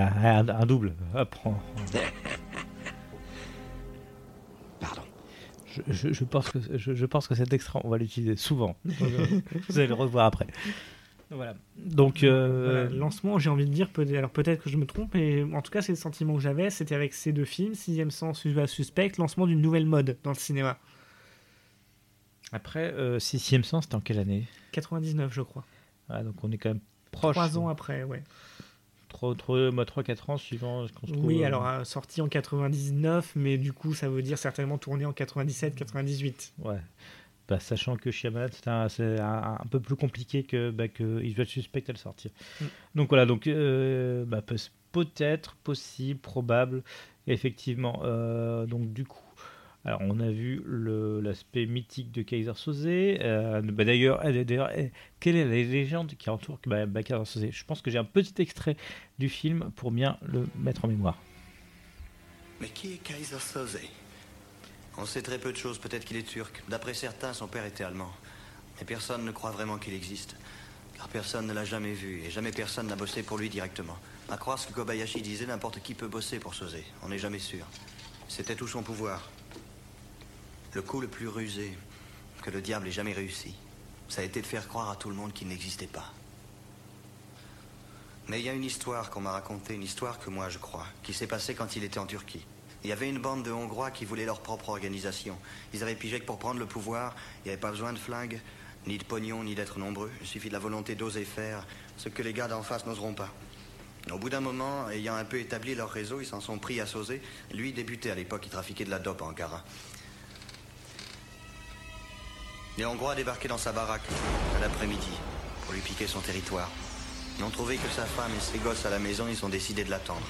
un double. Hop, Pardon. Je pense que cet extrait, on va l'utiliser souvent. Vous allez le revoir après. Voilà. Donc, Voilà, le lancement, j'ai envie de dire, peut-être que je me trompe, mais en tout cas, c'est le sentiment que j'avais. C'était avec ces deux films, Sixième Sens, Suspect, lancement d'une nouvelle mode dans le cinéma. après, Sixième Sens, c'était en quelle année? 99, je crois. Ah, donc on est quand même proche. 3 ans après, ouais. 3-4 ans suivant ce qu'on se trouve. Oui, alors sorti en 99, mais du coup, ça veut dire certainement tourné en 97-98. Ouais. Bah, sachant que Shyamalan, c'est un peu plus compliqué que Usual Suspect à le sortir. Donc voilà, donc peut-être, possible, probable, effectivement. Donc du coup, alors on a vu l'aspect mythique de Kaiser Soze. D'ailleurs, quelle est la légende qui entoure Kaiser Soze? Je pense que j'ai un petit extrait du film pour bien le mettre en mémoire. Mais qui est Kaiser Soze? On sait très peu de choses, peut-être qu'il est turc. D'après certains, son père était allemand. Mais personne ne croit vraiment qu'il existe. Car personne ne l'a jamais vu, et jamais personne n'a bossé pour lui directement. À croire ce que Kobayashi disait, n'importe qui peut bosser pour Soze. On n'est jamais sûr. C'était tout son pouvoir. Le coup le plus rusé que le diable ait jamais réussi, ça a été de faire croire à tout le monde qu'il n'existait pas. Mais il y a une histoire qu'on m'a racontée, une histoire que moi je crois, qui s'est passée quand il était en Turquie. Il y avait une bande de Hongrois qui voulaient leur propre organisation. Ils avaient pigé que pour prendre le pouvoir, il n'y avait pas besoin de flingues, ni de pognon, ni d'être nombreux. Il suffit de la volonté d'oser faire ce que les gars d'en face n'oseront pas. Au bout d'un moment, ayant un peu établi leur réseau, ils s'en sont pris à Soze. Lui débutait à l'époque, il trafiquait de la dope à Ankara. Les Hongrois débarquaient dans sa baraque à l'après-midi pour lui piquer son territoire. Ils n'ont trouvé que sa femme et ses gosses à la maison, ils ont décidé de l'attendre.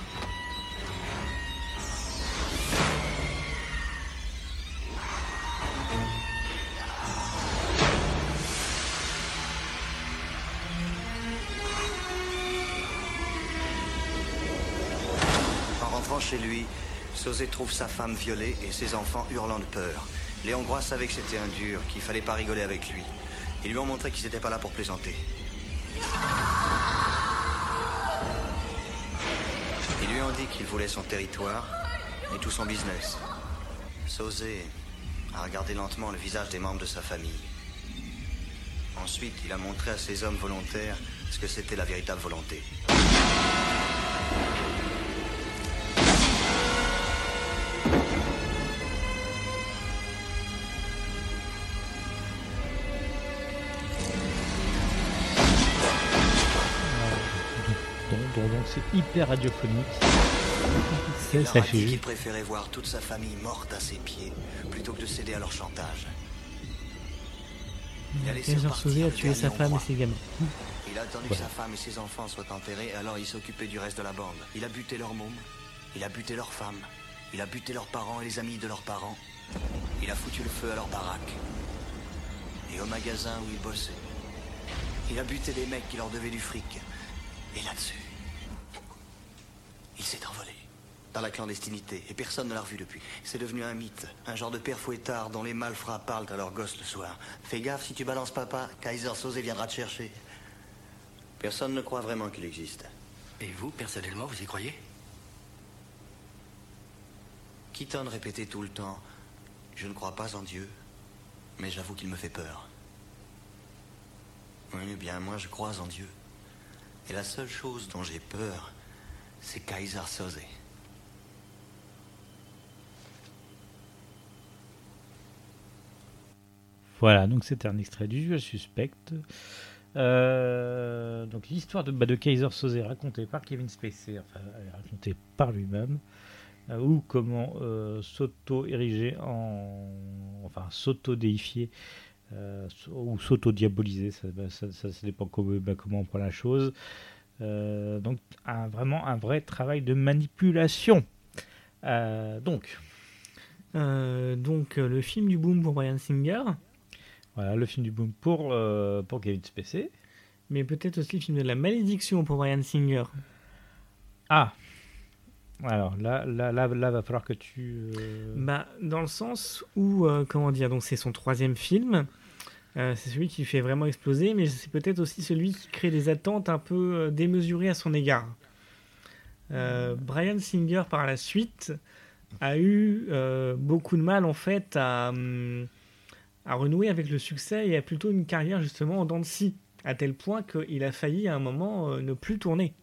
Chez lui, Soze trouve sa femme violée et ses enfants hurlant de peur. Les Hongrois savaient que c'était un dur, qu'il fallait pas rigoler avec lui. Ils lui ont montré qu'ils n'étaient pas là pour plaisanter. Ils lui ont dit qu'il voulait son territoire et tout son business. Soze a regardé lentement le visage des membres de sa famille. Ensuite, il a montré à ses hommes volontaires ce que c'était la véritable volonté. Donc c'est hyper radiophonique. Il leur a dit qu'il préférait voir toute sa famille morte à ses pieds plutôt que de céder à leur chantage. Il a laissé Kaiser Soze a tué sa femme et ses gamins. Il a attendu que sa femme et ses enfants soient enterrés, alors il s'occupait du reste de la bande. Il a buté leurs mômes, il a buté leurs femmes, il a buté leurs parents et les amis de leurs parents. Il a foutu le feu à leur baraque et au magasin où ils bossaient. Il a buté des mecs qui leur devaient du fric. Et là-dessus, il s'est envolé dans la clandestinité et personne ne l'a revu depuis. C'est devenu un mythe, un genre de père fouettard dont les malfrats parlent à leurs gosses le soir. Fais gaffe, si tu balances papa, Kaiser Soze viendra te chercher. Personne ne croit vraiment qu'il existe. Et vous, personnellement, vous y croyez? Keaton répétait tout le temps, je ne crois pas en Dieu, mais j'avoue qu'il me fait peur. Oui, bien, moi je crois en Dieu. Et la seule chose dont j'ai peur, c'est Kaiser Soze. Voilà, donc c'était un extrait du Usual Suspect. Donc l'histoire de Kaiser Soze racontée par Kevin Spacey, enfin racontée par lui-même, ou comment s'auto-ériger enfin s'auto-déifier ou s'auto-diaboliser, ça dépend comment on prend la chose. Donc vraiment un vrai travail de manipulation. Donc le film du boom pour Bryan Singer. Voilà, le film du boom pour Kevin Spacey. Mais peut-être aussi le film de la malédiction pour Bryan Singer. Ah, alors là, va falloir que tu... dans le sens où, donc c'est son 3e film. C'est celui qui fait vraiment exploser, mais c'est peut-être aussi celui qui crée des attentes un peu démesurées à son égard. Bryan Singer, par la suite, a eu beaucoup de mal en fait à renouer avec le succès et a plutôt une carrière justement en dents de scie, à tel point qu'il a failli à un moment ne plus tourner.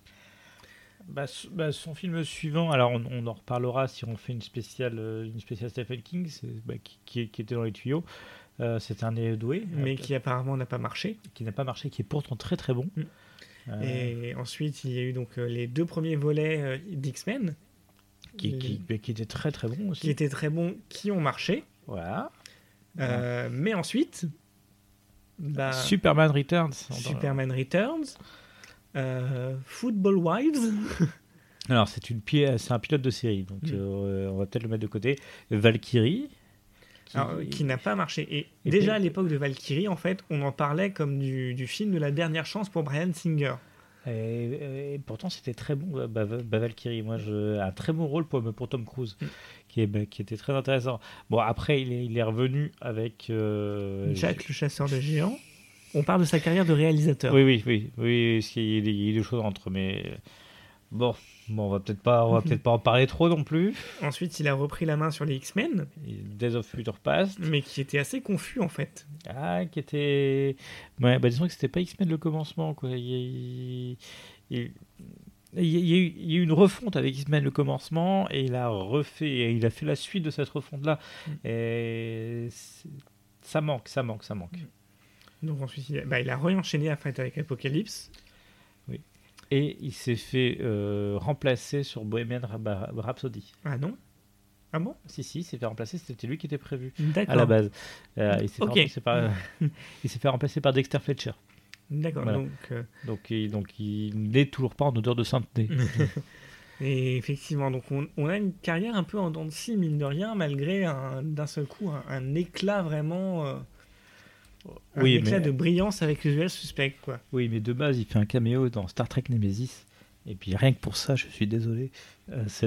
Son film suivant, alors on en reparlera si on fait une spéciale Stephen King, qui était dans les tuyaux. C'était un Néo-Doué, mais qui apparemment n'a pas marché. Qui n'a pas marché, qui est pourtant très très bon. Et ensuite, il y a eu donc les 2 premiers volets d'X-Men. Qui étaient très très bons aussi. Qui étaient très bons, qui ont marché. Voilà. Mais ensuite... Superman Returns. Football Wives. Alors, c'est un pilote de série, donc on va peut-être le mettre de côté. Valkyrie. Qui n'a pas marché. Et déjà à l'époque de Valkyrie, en fait, on en parlait comme du film de la dernière chance pour Bryan Singer. Et pourtant, c'était très bon, Valkyrie. Moi, un très bon rôle pour Tom Cruise, qui était très intéressant. Bon, après, il est revenu avec... Jack le chasseur de géants. On parle de sa carrière de réalisateur. Oui, parce qu'il y a des choses entre, mais... Bon, on va peut-être pas en parler trop non plus. Ensuite, il a repris la main sur les X-Men. Days of Future Past. Mais qui était assez confus, en fait. Qui était... Ouais, disons que c'était pas X-Men le commencement, quoi. Il y a eu une refonte avec X-Men le commencement, et il a fait la suite de cette refonte-là. Et ça manque. Donc ensuite, il a réenchaîné en fait avec Apocalypse. Oui. Et il s'est fait remplacer sur Bohemian Rhapsody. Ah non? Ah bon? Si, il s'est fait remplacer, c'était lui qui était prévu à la base. Il s'est fait remplacer par Dexter Fletcher. D'accord. Voilà. Donc il n'est toujours pas en odeur de sainteté. Et effectivement, donc on a une carrière un peu en dents de scie, mine de rien, malgré d'un seul coup un éclat vraiment... éclat de brillance avec Usual Suspect, quoi. Oui, mais de base, il fait un caméo dans Star Trek Nemesis. Et puis rien que pour ça, je suis désolé, ce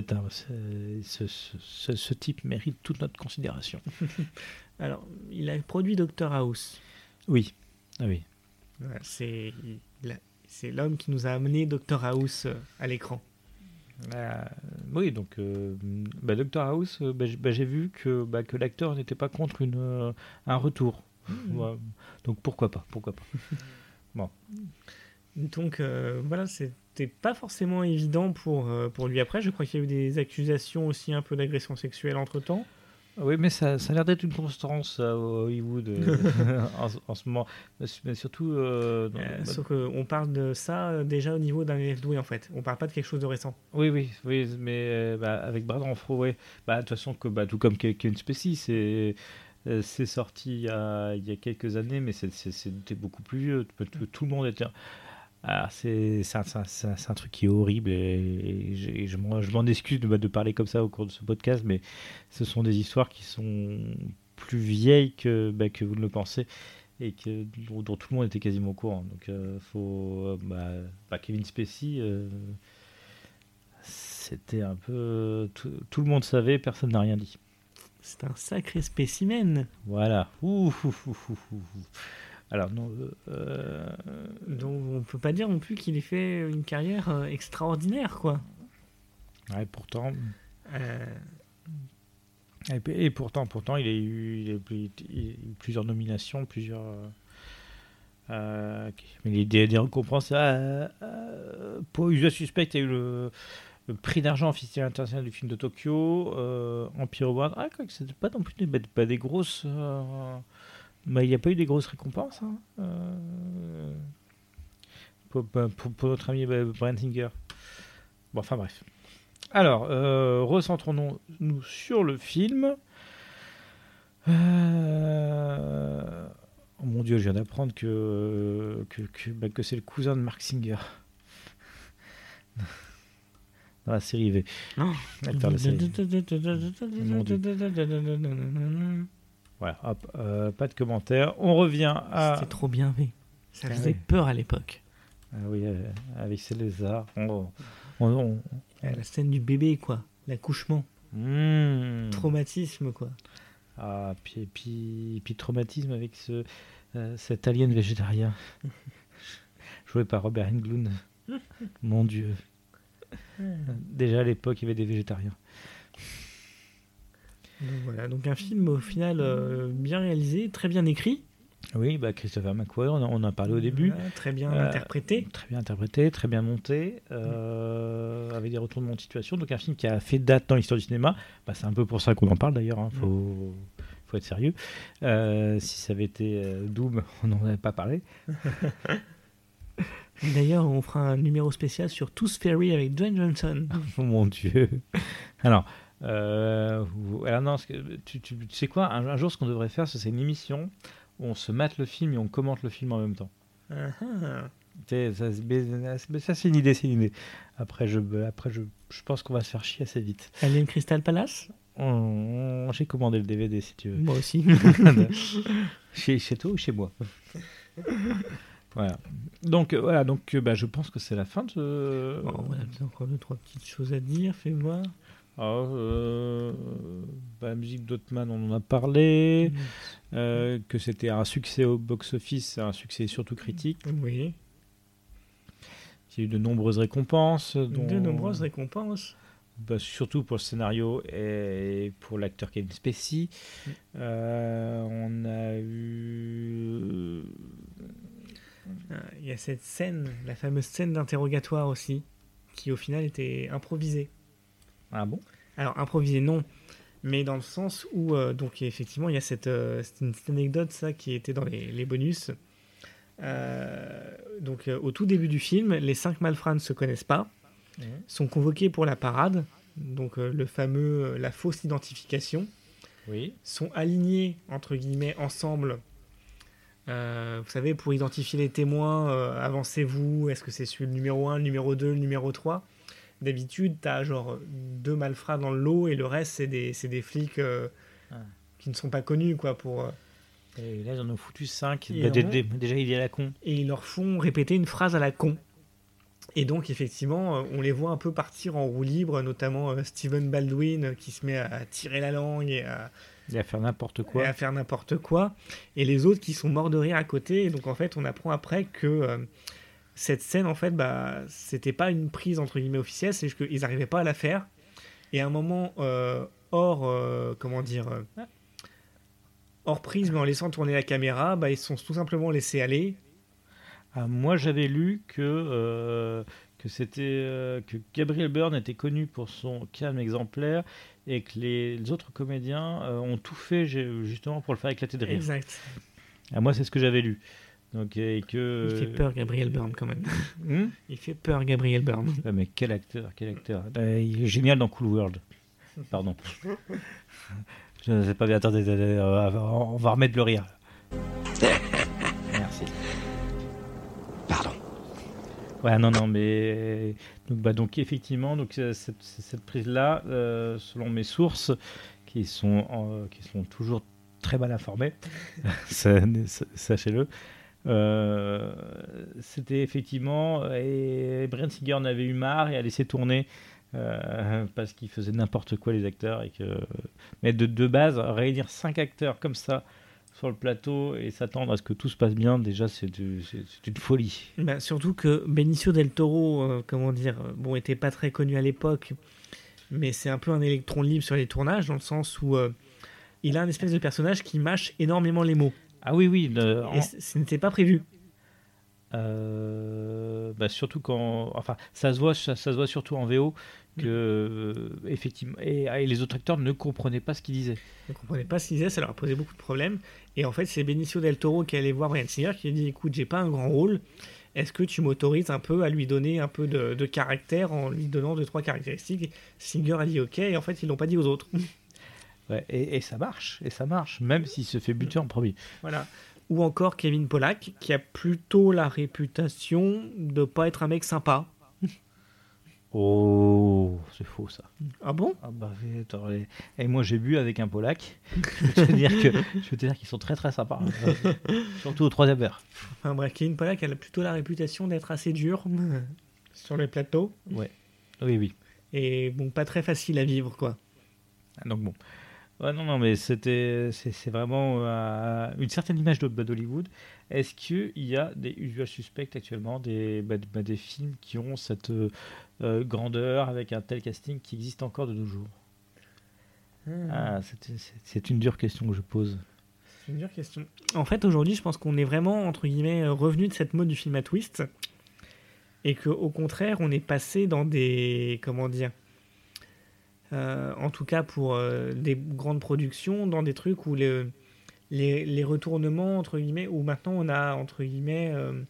type mérite toute notre considération. Alors, il a produit Dr House. Oui. Ah oui. Voilà, c'est l'homme qui nous a amené Dr House à l'écran. Oui, donc Dr House, j'ai vu que l'acteur n'était pas contre un retour. Donc pourquoi pas. Bon. Donc voilà, c'était pas forcément évident pour lui après. Je crois qu'il y a eu des accusations aussi un peu d'agression sexuelle entre-temps. Oui, mais ça a l'air d'être une constance à Hollywood en ce moment. Mais surtout... sauf qu'on parle de ça déjà au niveau d'un élève doué, en fait. On parle pas de quelque chose de récent. Oui, mais avec Brad Renfro, oui. De toute façon, tout comme Kevin Spacey, c'est sorti il y a quelques années, mais c'était beaucoup plus vieux. Tout le monde était... Alors c'est un truc qui est horrible et je m'en excuse de parler comme ça au cours de ce podcast, mais ce sont des histoires qui sont plus vieilles que vous ne le pensez et dont tout le monde était quasiment au courant. Donc Kevin Spacey, c'était un peu... Tout le monde savait, personne n'a rien dit. C'est un sacré spécimen. Voilà. Alors non. Donc on peut pas dire non plus qu'il ait fait une carrière extraordinaire, quoi. Ouais, pourtant. Et pourtant, il a eu plusieurs nominations, mais il y a des récompenses. Pour Usual Suspect, il y a eu le prix d'argent officiel international du film de Tokyo, Empire Award. C'était pas non plus des grosses. Il n'y a pas eu des grosses récompenses pour notre ami Bryan Singer. Bon, enfin bref. Alors, recentrons-nous sur le film. Oh mon Dieu, je viens d'apprendre que c'est le cousin de Mark Singer. Dans la série V. Non. Acteur de la série. Voilà, hop, pas de commentaires. On revient à... C'était trop bien vu. Ça faisait peur à l'époque. Ah oui, avec ces lézards. La scène du bébé, quoi. L'accouchement. Traumatisme, quoi. Ah, puis traumatisme avec cet alien végétarien. Joué par Robert Englund. Mon Dieu. Déjà à l'époque, il y avait des végétariens. Donc, voilà, donc un film au final bien réalisé, très bien écrit. Oui, Christopher McQuarrie, on en a parlé au début. Voilà, très bien interprété. Très bien interprété, très bien monté, avec des retournements de situation. Donc un film qui a fait date dans l'histoire du cinéma. C'est un peu pour ça qu'on en parle d'ailleurs. Faut être sérieux. Si ça avait été Doom, on n'en avait pas parlé. D'ailleurs, on fera un numéro spécial sur Tooth Fairy avec Dwayne Johnson. Oh mon Dieu. Alors non, tu sais quoi, un jour, ce qu'on devrait faire, c'est une émission où on se mate le film et on commente le film en même temps. Ça, c'est une idée. Après, je pense qu'on va se faire chier assez vite. Alien Crystal Palace. J'ai commandé le DVD si tu veux. Moi aussi. chez toi ou chez moi. Voilà. Donc, je pense que c'est la fin de... Voilà, encore 2-3 petites choses à dire, fais voir. La musique d'Ottman, on en a parlé. Que c'était un succès au box-office, un succès surtout critique. Oui. Il y a eu de nombreuses récompenses. De nombreuses récompenses. Surtout pour le scénario et pour l'acteur Kevin Spacey. On a eu... Il y a cette scène, la fameuse scène d'interrogatoire aussi, qui au final était improvisée. Ah bon ? Alors improvisée non, mais dans le sens où donc effectivement il y a cette anecdote ça qui était dans les bonus. Donc au tout début du film, les 5 malfrats ne se connaissent pas, sont convoqués pour la parade, donc la fausse identification. Oui. Sont alignés entre guillemets ensemble. Vous savez, pour identifier les témoins, avancez-vous, est-ce que c'est celui le numéro 1, le numéro 2, le numéro 3 ? D'habitude, t'as genre 2 malfrats dans le lot et le reste, c'est des flics qui ne sont pas connus, quoi, pour... Et là, ils en ont foutu 5. Déjà, il est à la con. Et ils leur font répéter une phrase à la con. Et donc, effectivement, on les voit un peu partir en roue libre, notamment Stephen Baldwin qui se met à tirer la langue et à faire n'importe quoi. Et les autres qui sont morts de rire à côté. Et donc, en fait, on apprend après que cette scène, en fait, c'était pas une prise, entre guillemets, officielle. C'est juste qu'ils n'arrivaient pas à la faire. Et à un moment, hors prise, mais en laissant tourner la caméra, ils se sont tout simplement laissés aller. Moi, j'avais lu que Gabriel Byrne était connu pour son calme exemplaire et que les autres comédiens ont tout fait justement pour le faire éclater de rire. Exact. Moi, c'est ce que j'avais lu. Donc, il fait peur, Gabriel Byrne, quand même. Il fait peur, Gabriel Byrne. Ouais, mais quel acteur. Il est génial dans Cool World. Pardon. Je ne sais pas bien. Attendez, on va remettre le rire. Merci. Pardon. Ouais, non, mais donc effectivement, cette prise-là, selon mes sources, qui sont toujours très mal informées, sachez-le, c'était effectivement, et Bryan Singer en avait eu marre et a laissé tourner parce qu'ils faisaient n'importe quoi les acteurs mais de base réunir 5 acteurs comme ça sur le plateau et s'attendre à ce que tout se passe bien, déjà c'est une folie. Surtout que Benicio del Toro, était pas très connu à l'époque, mais c'est un peu un électron libre sur les tournages, dans le sens où il a un espèce de personnage qui mâche énormément les mots. Ah oui. Et ce n'était pas prévu. Surtout ça se voit surtout en VO que effectivement et les autres acteurs ne comprenaient pas ce qu'ils disaient. Ils ne comprenaient pas ce qu'ils disaient, ça leur a posé beaucoup de problèmes. Et en fait, c'est Benicio del Toro qui allait voir Bryan Singer qui lui a dit écoute, j'ai pas un grand rôle, est-ce que tu m'autorises un peu à lui donner un peu de caractère en lui donnant 2-3 caractéristiques. Et Singer a dit ok, et en fait ils l'ont pas dit aux autres. Ouais, et ça marche, même s'il se fait buter en premier. Voilà. Ou encore Kevin Pollak, qui a plutôt la réputation de pas être un mec sympa. Oh, c'est faux ça. Ah bon ? Attends, et moi j'ai bu avec un Polac. Je veux te dire qu'ils sont très très sympas. Surtout au 3e verre. Enfin bref, Kevin Pollak a plutôt la réputation d'être assez dur sur les plateaux. Ouais. Oui. Et pas très facile à vivre, quoi. Donc bon. Ouais, non, mais c'est vraiment une certaine image d'Hollywood. Est-ce qu'il y a des usual suspects actuellement, des films qui ont cette grandeur avec un tel casting qui existe encore de nos jours ? C'est une dure question que je pose. C'est une dure question. En fait, aujourd'hui, je pense qu'on est vraiment, entre guillemets, revenu de cette mode du film à twist. Et qu'au contraire, on est passé dans des... Comment dire en tout cas, pour des grandes productions, dans des trucs où les retournements, entre guillemets, où maintenant on a, entre guillemets,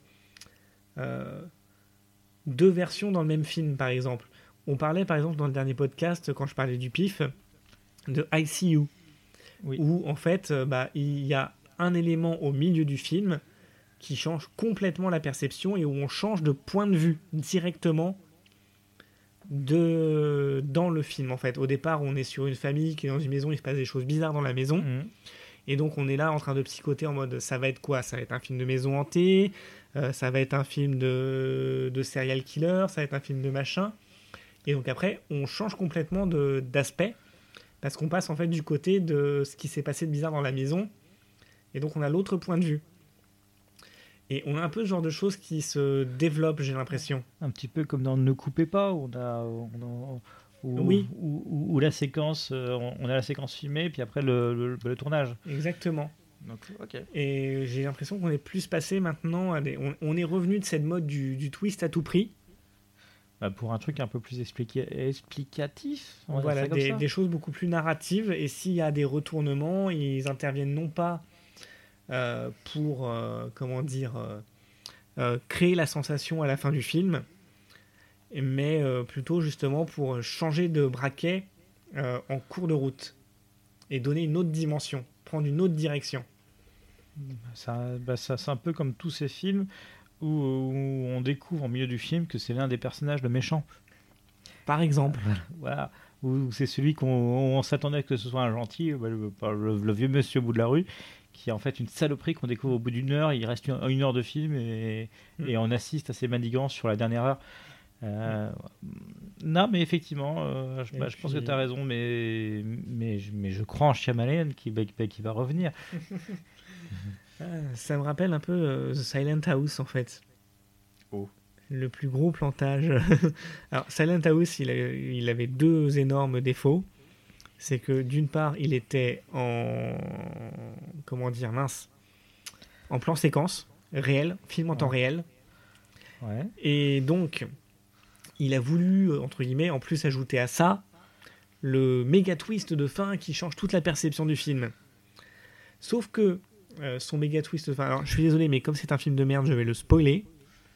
deux versions dans le même film, par exemple. On parlait, par exemple, dans le dernier podcast, quand je parlais du PIF, de ICU. Oui. Où en fait il y a un élément au milieu du film qui change complètement la perception et où on change de point de vue directement dans le film. En fait, au départ, on est sur une famille qui est dans une maison, il se passe des choses bizarres dans la maison, et donc on est là en train de psychoter en mode ça va être quoi ? Ça va être un film de maison hantée, ça va être un film de serial killer, ça va être un film de machin, et donc après on change complètement d'aspect. Parce qu'on passe en fait du côté de ce qui s'est passé de bizarre dans la maison. Et donc on a l'autre point de vue. Et on a un peu ce genre de choses qui se développent, j'ai l'impression. Un petit peu comme dans Ne coupez pas, où où la séquence, on a la séquence filmée, puis après le tournage. Exactement. Donc, okay. Et j'ai l'impression qu'on est plus passé maintenant on est revenu de cette mode du twist à tout prix. Pour un truc un peu plus explicatif. Voilà, des choses beaucoup plus narratives. Et s'il y a des retournements, ils interviennent non pas pour créer la sensation à la fin du film, mais plutôt justement pour changer de braquet en cours de route et donner une autre dimension, prendre une autre direction. Ça, c'est un peu comme tous ces films où on découvre au milieu du film que c'est l'un des personnages le méchant. Par exemple. Voilà. Ou c'est celui qu'on s'attendait que ce soit un gentil, le vieux monsieur au bout de la rue, qui est en fait une saloperie qu'on découvre au bout d'une heure. Il reste une heure de film et on assiste à ses manigances sur la dernière heure. Non, mais effectivement, je pense que tu as raison, mais je crois en Shyamalan qui va revenir. Ça me rappelle un peu The Silent House, en fait. Oh. Le plus gros plantage. Alors, Silent House, il avait deux énormes défauts. C'est que, d'une part, il était en plan séquence, réel, film en temps réel. Ouais. Et donc, il a voulu, entre guillemets, en plus ajouter à ça, le méga twist de fin qui change toute la perception du film. Sauf que son méga twist de fin... Alors, je suis désolé, mais comme c'est un film de merde, je vais le spoiler.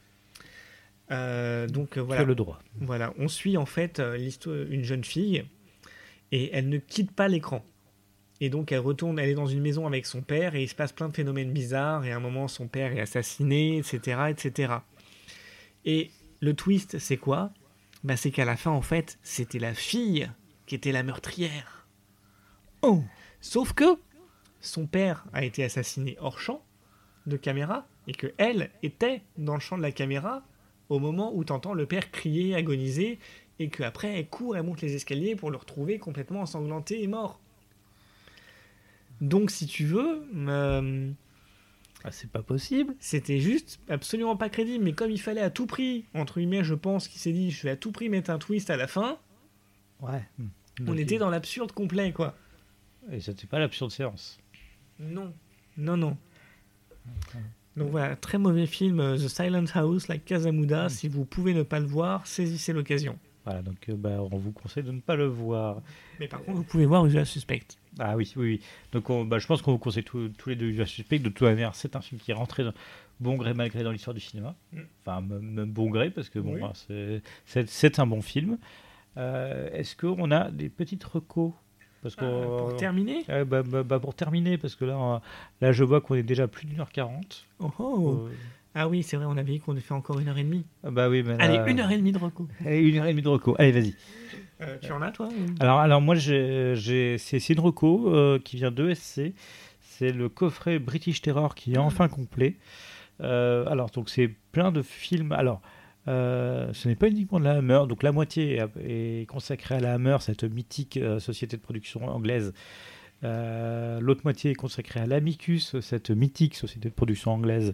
Donc, voilà. Tu as le droit. Voilà, on suit en fait une jeune fille et elle ne quitte pas l'écran. Et donc, elle est dans une maison avec son père et il se passe plein de phénomènes bizarres et à un moment, son père est assassiné, etc., etc. Et le twist, c'est quoi ? C'est qu'à la fin, en fait, c'était la fille qui était la meurtrière. Oh ! Sauf que son père a été assassiné hors champ de caméra et qu'elle était dans le champ de la caméra au moment où t'entends le père crier, agoniser, et qu'après elle court, elle monte les escaliers pour le retrouver complètement ensanglanté et mort. Donc si tu veux... c'est pas possible. C'était juste absolument pas crédible, mais comme il fallait à tout prix, entre guillemets, je pense qu'il s'est dit, je vais à tout prix mettre un twist à la fin, ouais. On était dans l'absurde complet, quoi. Et c'était pas l'absurde séance. Non. Donc voilà, très mauvais film, The Silent House, like Casamuda. Si vous pouvez ne pas le voir, saisissez l'occasion. Voilà, donc on vous conseille de ne pas le voir. Mais par contre, vous pouvez voir Usual Suspect. Ah oui. Donc je pense qu'on vous conseille tous les deux Usual Suspect. De toute manière, c'est un film qui est rentré bon gré mal gré dans l'histoire du cinéma. Enfin, même bon gré, parce que c'est un bon film. Est-ce qu'on a des petites recos ? Parce que, pour terminer pour terminer, parce que là je vois qu'on est déjà plus d'1h40. Ah oui, c'est vrai, on avait dit qu'on fait encore 1h30. Oui, mais là... Allez, 1h30 de reco. Allez, 1h30 de reco. Allez, vas-y. Tu en as, toi ou... Alors moi, c'est une reco qui vient d'ESC. C'est le coffret British Terror qui est enfin complet. Alors, donc, c'est plein de films. Alors... ce n'est pas uniquement de la Hammer, donc la moitié est consacrée à la Hammer, cette mythique société de production anglaise. L'autre moitié est consacrée à l'Amicus, cette mythique société de production anglaise,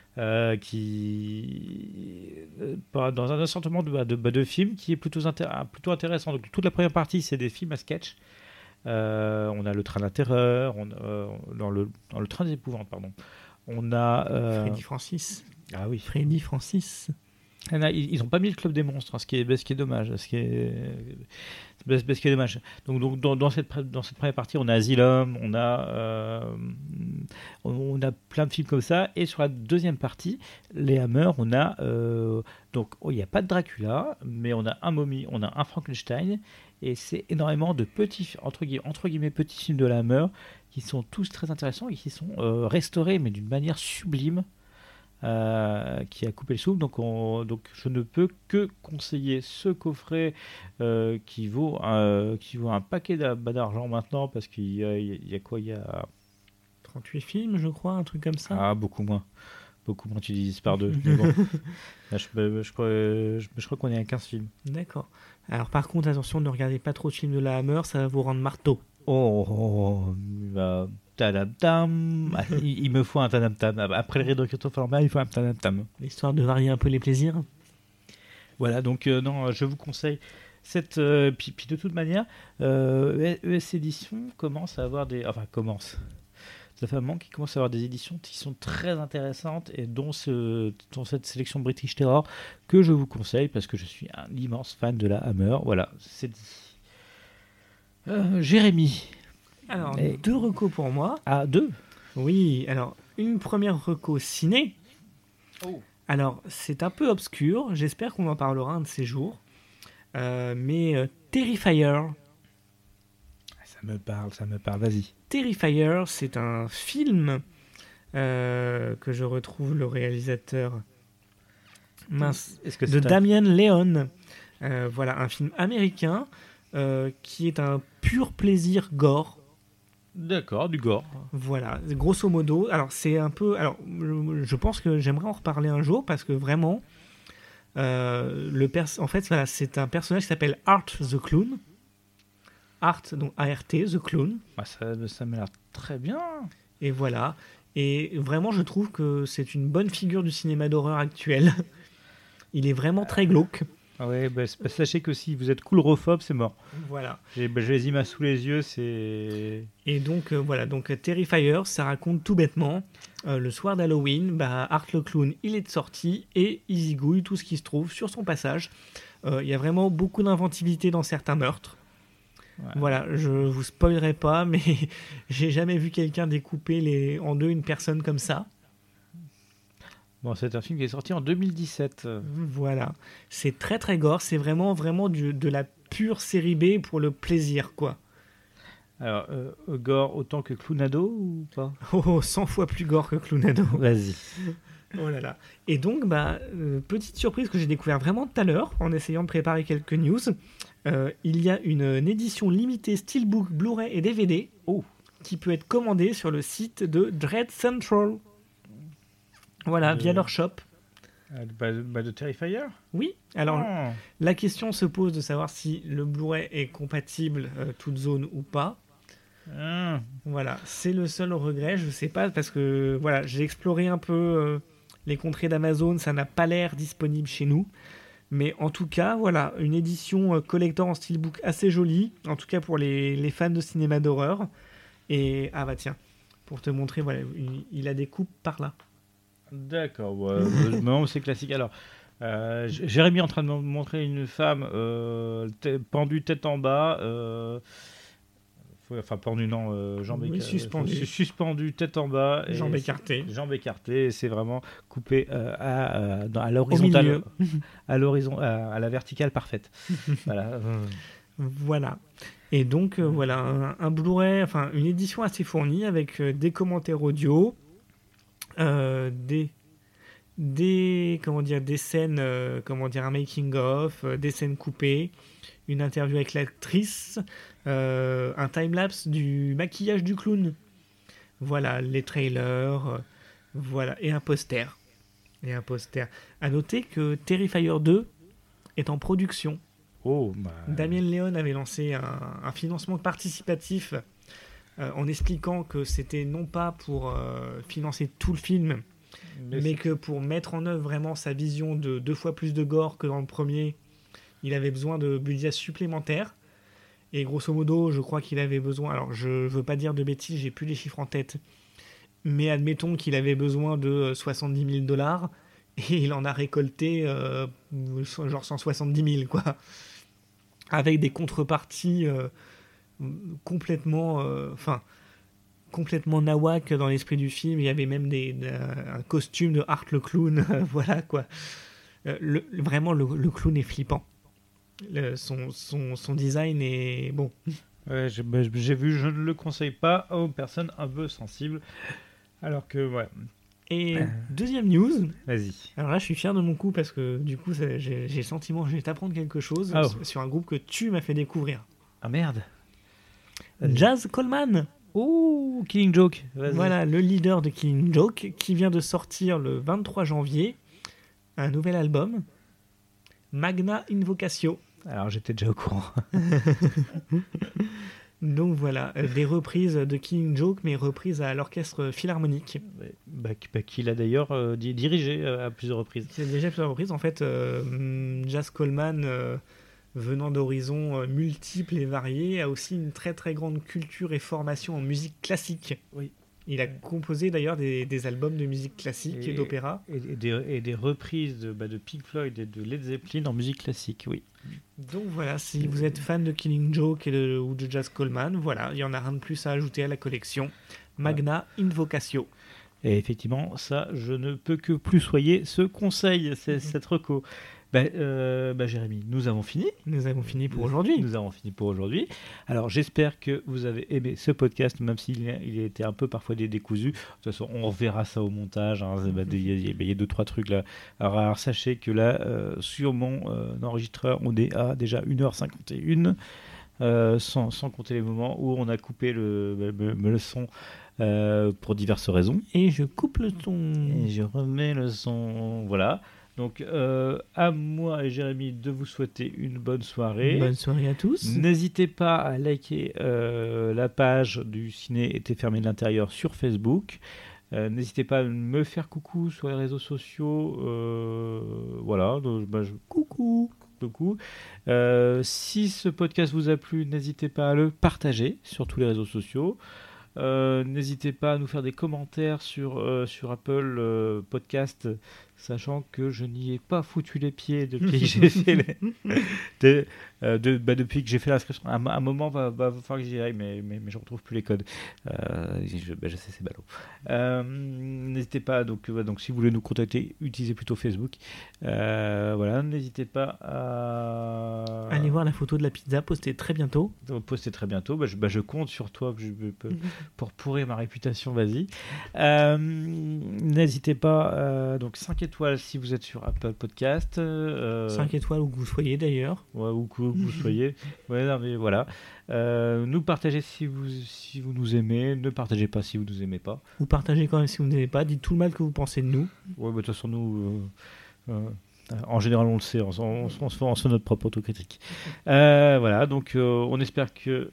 qui dans un assortiment de films qui est plutôt intéressant. Donc toute la première partie, c'est des films à sketch On a le train de la terreur, dans le train des épouvantes, pardon. On a Freddy Francis. Ah oui. Freddy Francis. Ils n'ont pas mis le club des monstres, ce qui est dommage. Ce qui est dommage. Donc dans cette première partie, on a Asylum, on a plein de films comme ça. Et sur la deuxième partie, les Hammer, on a il n'y a pas de Dracula, mais on a un momie, on a un Frankenstein, et c'est énormément de petits entre guillemets petits films de la Hammer qui sont tous très intéressants et qui sont restaurés, mais d'une manière sublime. Qui a coupé le souffle, donc je ne peux que conseiller ce coffret qui vaut un paquet d'argent maintenant, parce qu'il y a quoi, il y a 38 films, je crois, un truc comme ça. Ah, beaucoup moins, tu divises par deux. Mais bon. Là, je crois qu'on est à 15 films. D'accord. Alors par contre, attention, ne regardez pas trop de films de la Hammer, ça va vous rendre marteau. Tadam-tam. Il me faut un tadam-tam. Après le rideau Christopher Lambert, il faut un tadam-tam. Histoire de varier un peu les plaisirs. Voilà, donc non, je vous conseille cette. Puis de toute manière, ES Édition commence à avoir des. Enfin, commence. Ça fait un moment qu'il commence à avoir des éditions qui sont très intéressantes, et dont cette sélection British Terror que je vous conseille parce que je suis un immense fan de la Hammer. Voilà, c'est dit. Jérémy. Alors, 2 recos pour moi. Ah, 2 ? Oui, alors, une première reco ciné. Oh. Alors, c'est un peu obscur, j'espère qu'on en parlera un de ces jours. Mais Terrifier. Ça me parle, vas-y. Terrifier, c'est un film que je retrouve le réalisateur de Damien Leone. Voilà, un film américain qui est un pur plaisir gore. D'accord, du gore. Voilà, grosso modo. Alors, c'est un peu. Alors, je pense que j'aimerais en reparler un jour, parce que vraiment, en fait, voilà, c'est un personnage qui s'appelle Art the Clown. Art, donc A-R-T, The Clown. Bah, ça m'a l'air très bien. Et voilà. Et vraiment, je trouve que c'est une bonne figure du cinéma d'horreur actuel. Il est vraiment très glauque. Ah ouais, sachez que si vous êtes coulrophobe, c'est mort. Voilà. J'ai les images sous les yeux, c'est... Et donc, voilà, donc Terrifier, ça raconte tout bêtement, le soir d'Halloween, Art le Clown, il est de sortie, et il zigouille tout ce qui se trouve sur son passage. Il y a vraiment beaucoup d'inventivité dans certains meurtres. Ouais. Voilà, je vous spoilerai pas, mais j'ai jamais vu quelqu'un découper en deux une personne comme ça. Bon, c'est un film qui est sorti en 2017. Voilà, c'est très très gore, c'est vraiment de la pure série B pour le plaisir, quoi. Alors, gore autant que Clownado ou pas ? 100 fois plus gore que Clownado. Vas-y. Oh là là. Et donc, petite surprise que j'ai découvert vraiment tout à l'heure en essayant de préparer quelques news. Il y a une édition limitée Steelbook, Blu-ray et DVD qui peut être commandée sur le site de Dread Central. Voilà, via leur shop. De Terrifier ? Oui. Alors, la question se pose de savoir si le Blu-ray est compatible toute zone ou pas. Voilà, c'est le seul regret. Je sais pas, parce que voilà, j'ai exploré un peu les contrées d'Amazon. Ça n'a pas l'air disponible chez nous. Mais en tout cas, voilà, une édition collector en steelbook assez jolie. En tout cas pour les fans de cinéma d'horreur. Et, tiens, pour te montrer, voilà, il a des coupes par là. D'accord, non, c'est classique. Alors, Jérémy est en train de me montrer une femme pendue tête en bas, pendue non, jambes écartées, suspendue tête en bas, et jambes écartées, c'est vraiment coupé à l'horizontale, à la verticale parfaite. Voilà. Voilà. Et donc voilà, un Blu-ray, enfin une édition assez fournie avec des commentaires audio. Des scènes, un making of, des scènes coupées, une interview avec l'actrice, un timelapse du maquillage du clown, voilà, les trailers, voilà, et un poster. À noter que Terrifier 2 est en production. Damien Leone avait lancé un financement participatif en expliquant que c'était non pas pour financer tout le film, mais que pour mettre en œuvre vraiment sa vision de 2 fois plus de gore que dans le premier, il avait besoin de budget supplémentaire. Et grosso modo, je crois qu'il avait besoin... Alors, je veux pas dire de bêtises, j'ai plus les chiffres en tête. Mais admettons qu'il avait besoin de 70 000 $. Et il en a récolté genre 170 000, quoi. Avec des contreparties complètement nawak dans l'esprit du film. Il y avait même un costume de Art le clown. Voilà, quoi. Vraiment, le clown est flippant. Son design est bon. Ouais, j'ai vu, je ne le conseille pas aux personnes un peu sensibles. Alors que, ouais. Et deuxième news. Vas-y. Alors là, je suis fier de mon coup parce que du coup, j'ai le sentiment que je vais t'apprendre quelque chose sur un groupe que tu m'as fait découvrir. Ah merde. Jaz Coleman. Oh, Killing Joke. Vas-y. Voilà, le leader de Killing Joke qui vient de sortir le 23 janvier un nouvel album, Magna Invocatio. Alors j'étais déjà au courant. Donc voilà, des reprises de Killing Joke, mais reprises à l'orchestre philharmonique. Qu'il a d'ailleurs dirigé à plusieurs reprises. Il a dirigé à plusieurs reprises. En fait, Jaz Coleman, venant d'horizons multiples et variés, a aussi une très très grande culture et formation en musique classique. Oui. Il a composé d'ailleurs des albums de musique classique et d'opéra. Et des reprises de Pink Floyd et de Led Zeppelin en musique classique, oui. Donc voilà, si vous êtes fan de Killing Joke ou de Jaz Coleman, voilà, il y en a rien de plus à ajouter à la collection. Magna Invocatio. Et effectivement, ça, je ne peux que plus soyer ce conseil, cette reco. Jérémy, nous avons fini. Nous avons fini pour aujourd'hui. Nous avons fini pour aujourd'hui. Alors, j'espère que vous avez aimé ce podcast, même s'il a été un peu parfois décousu. De toute façon, on reverra ça au montage. Hein. Il y a 2-3 trucs là. Alors, sachez que là, sur mon enregistreur, on est à déjà 1h51, sans compter les moments où on a coupé le son pour diverses raisons. Et je coupe le son. Et je remets le son. Voilà. Donc, à moi et Jérémy de vous souhaiter une bonne soirée. Bonne soirée à tous. N'hésitez pas à liker la page du Ciné était fermé de l'intérieur sur Facebook. N'hésitez pas à me faire coucou sur les réseaux sociaux. Voilà. Donc, coucou. Si ce podcast vous a plu, n'hésitez pas à le partager sur tous les réseaux sociaux. N'hésitez pas à nous faire des commentaires sur Apple Podcast, sachant que je n'y ai pas foutu les pieds depuis que j'ai fait depuis que j'ai fait l'inscription. Un moment va falloir que j'y aille, mais je retrouve plus les codes. Je sais, c'est ballot. N'hésitez pas, donc si vous voulez nous contacter, utilisez plutôt Facebook. Voilà, n'hésitez pas à allez voir la photo de la pizza postée très bientôt. Je compte sur toi pour pourrir ma réputation, vas-y. N'hésitez pas, donc 5 étoiles si vous êtes sur Apple Podcast. 5 étoiles où que vous soyez d'ailleurs. Ouais, où que vous soyez. Ouais, non, mais voilà. Nous partagez si vous nous aimez. Ne partagez pas si vous nous aimez pas. Vous partagez quand même si vous n'aimez pas. Dites tout le mal que vous pensez de nous. Ouais, de toute façon, nous... en général, on le sait, on se fait notre propre autocritique. Voilà, donc on espère que...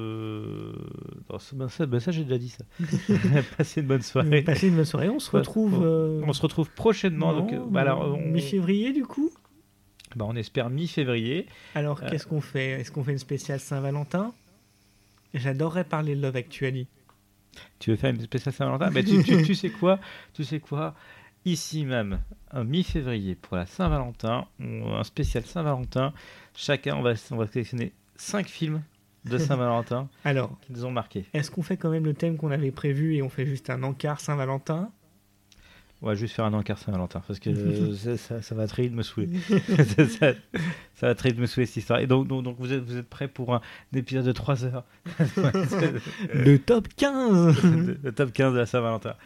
ça, j'ai déjà dit ça. Passez une bonne soirée. On se retrouve... On se retrouve prochainement. Mi-février, du coup. On espère mi-février. Alors, qu'est-ce qu'on fait ? Est-ce qu'on fait une spéciale Saint-Valentin ? J'adorerais parler de Love Actually. Tu veux faire une spéciale Saint-Valentin ? Tu sais quoi ? Ici même, un mi-février pour la Saint-Valentin, un spécial Saint-Valentin. Chacun, on va sélectionner 5 films de Saint-Valentin qui nous ont marqué. Est-ce qu'on fait quand même le thème qu'on avait prévu et on fait juste un encart Saint-Valentin ? On va juste faire un encart Saint-Valentin parce que ça va très vite me saouler. ça va très vite me saouler cette histoire. Et donc vous êtes prêts pour un épisode de 3 heures. Le top 15 Le top 15 de la Saint-Valentin.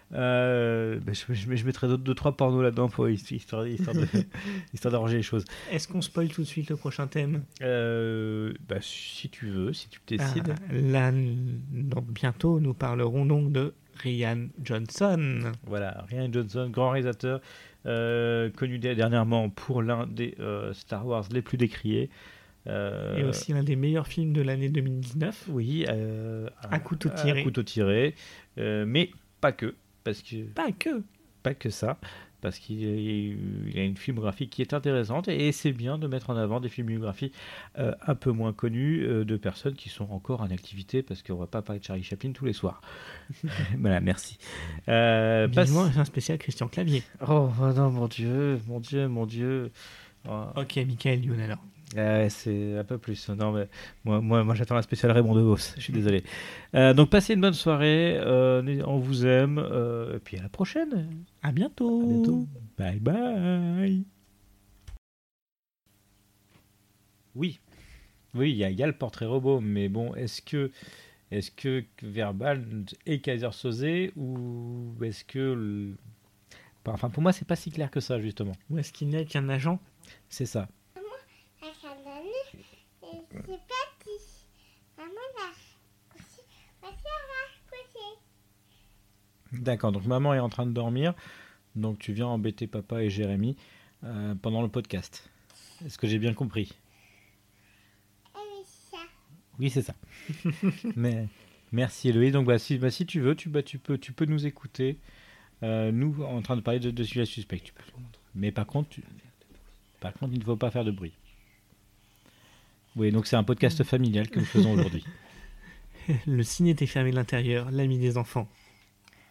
Je mettrai 2-3 pornos là-dedans pour histoire d'arranger les choses. Est-ce qu'on spoil tout de suite le prochain thème ? Si tu veux, si tu décides. Donc bientôt, nous parlerons donc de Rian Johnson. Voilà, Rian Johnson, grand réalisateur, connu dernièrement pour l'un des Star Wars les plus décriés. Et aussi l'un des meilleurs films de l'année 2019. Oui, à couteau tiré. Mais pas que. Pas que ça, parce qu'il a une filmographie qui est intéressante et c'est bien de mettre en avant des filmographies un peu moins connues de personnes qui sont encore en activité, parce qu'on ne va pas parler de Charlie Chaplin tous les soirs. Voilà, merci. Vivement un spécial Christian Clavier. Oh non, mon Dieu. Oh. Ok, Michael Youn alors. C'est un peu plus. Non, mais moi j'attends la spéciale Raymond DeVos. Je suis désolé. Donc passez une bonne soirée. On vous aime. Et puis à la prochaine. À bientôt. À bientôt. Bye bye. Oui, il y a le portrait robot, mais bon, est-ce que Verbal est Kaiser Soze ou est-ce que enfin pour moi c'est pas si clair que ça justement. Ou est-ce qu'il n'est qu'un agent? C'est ça. C'est parti. Maman va coucher. D'accord, donc maman est en train de dormir, donc tu viens embêter papa et Jérémy pendant le podcast. Est-ce que j'ai bien compris? Oui, c'est ça. Mais merci Héloïse. Donc si tu veux, tu peux nous écouter. Nous en train de parler de celui-là suspect. Tu peux. Mais par contre, il ne faut pas faire de bruit. Oui, donc c'est un podcast familial que nous faisons aujourd'hui. Le ciné était fermé de l'intérieur, l'ami des enfants.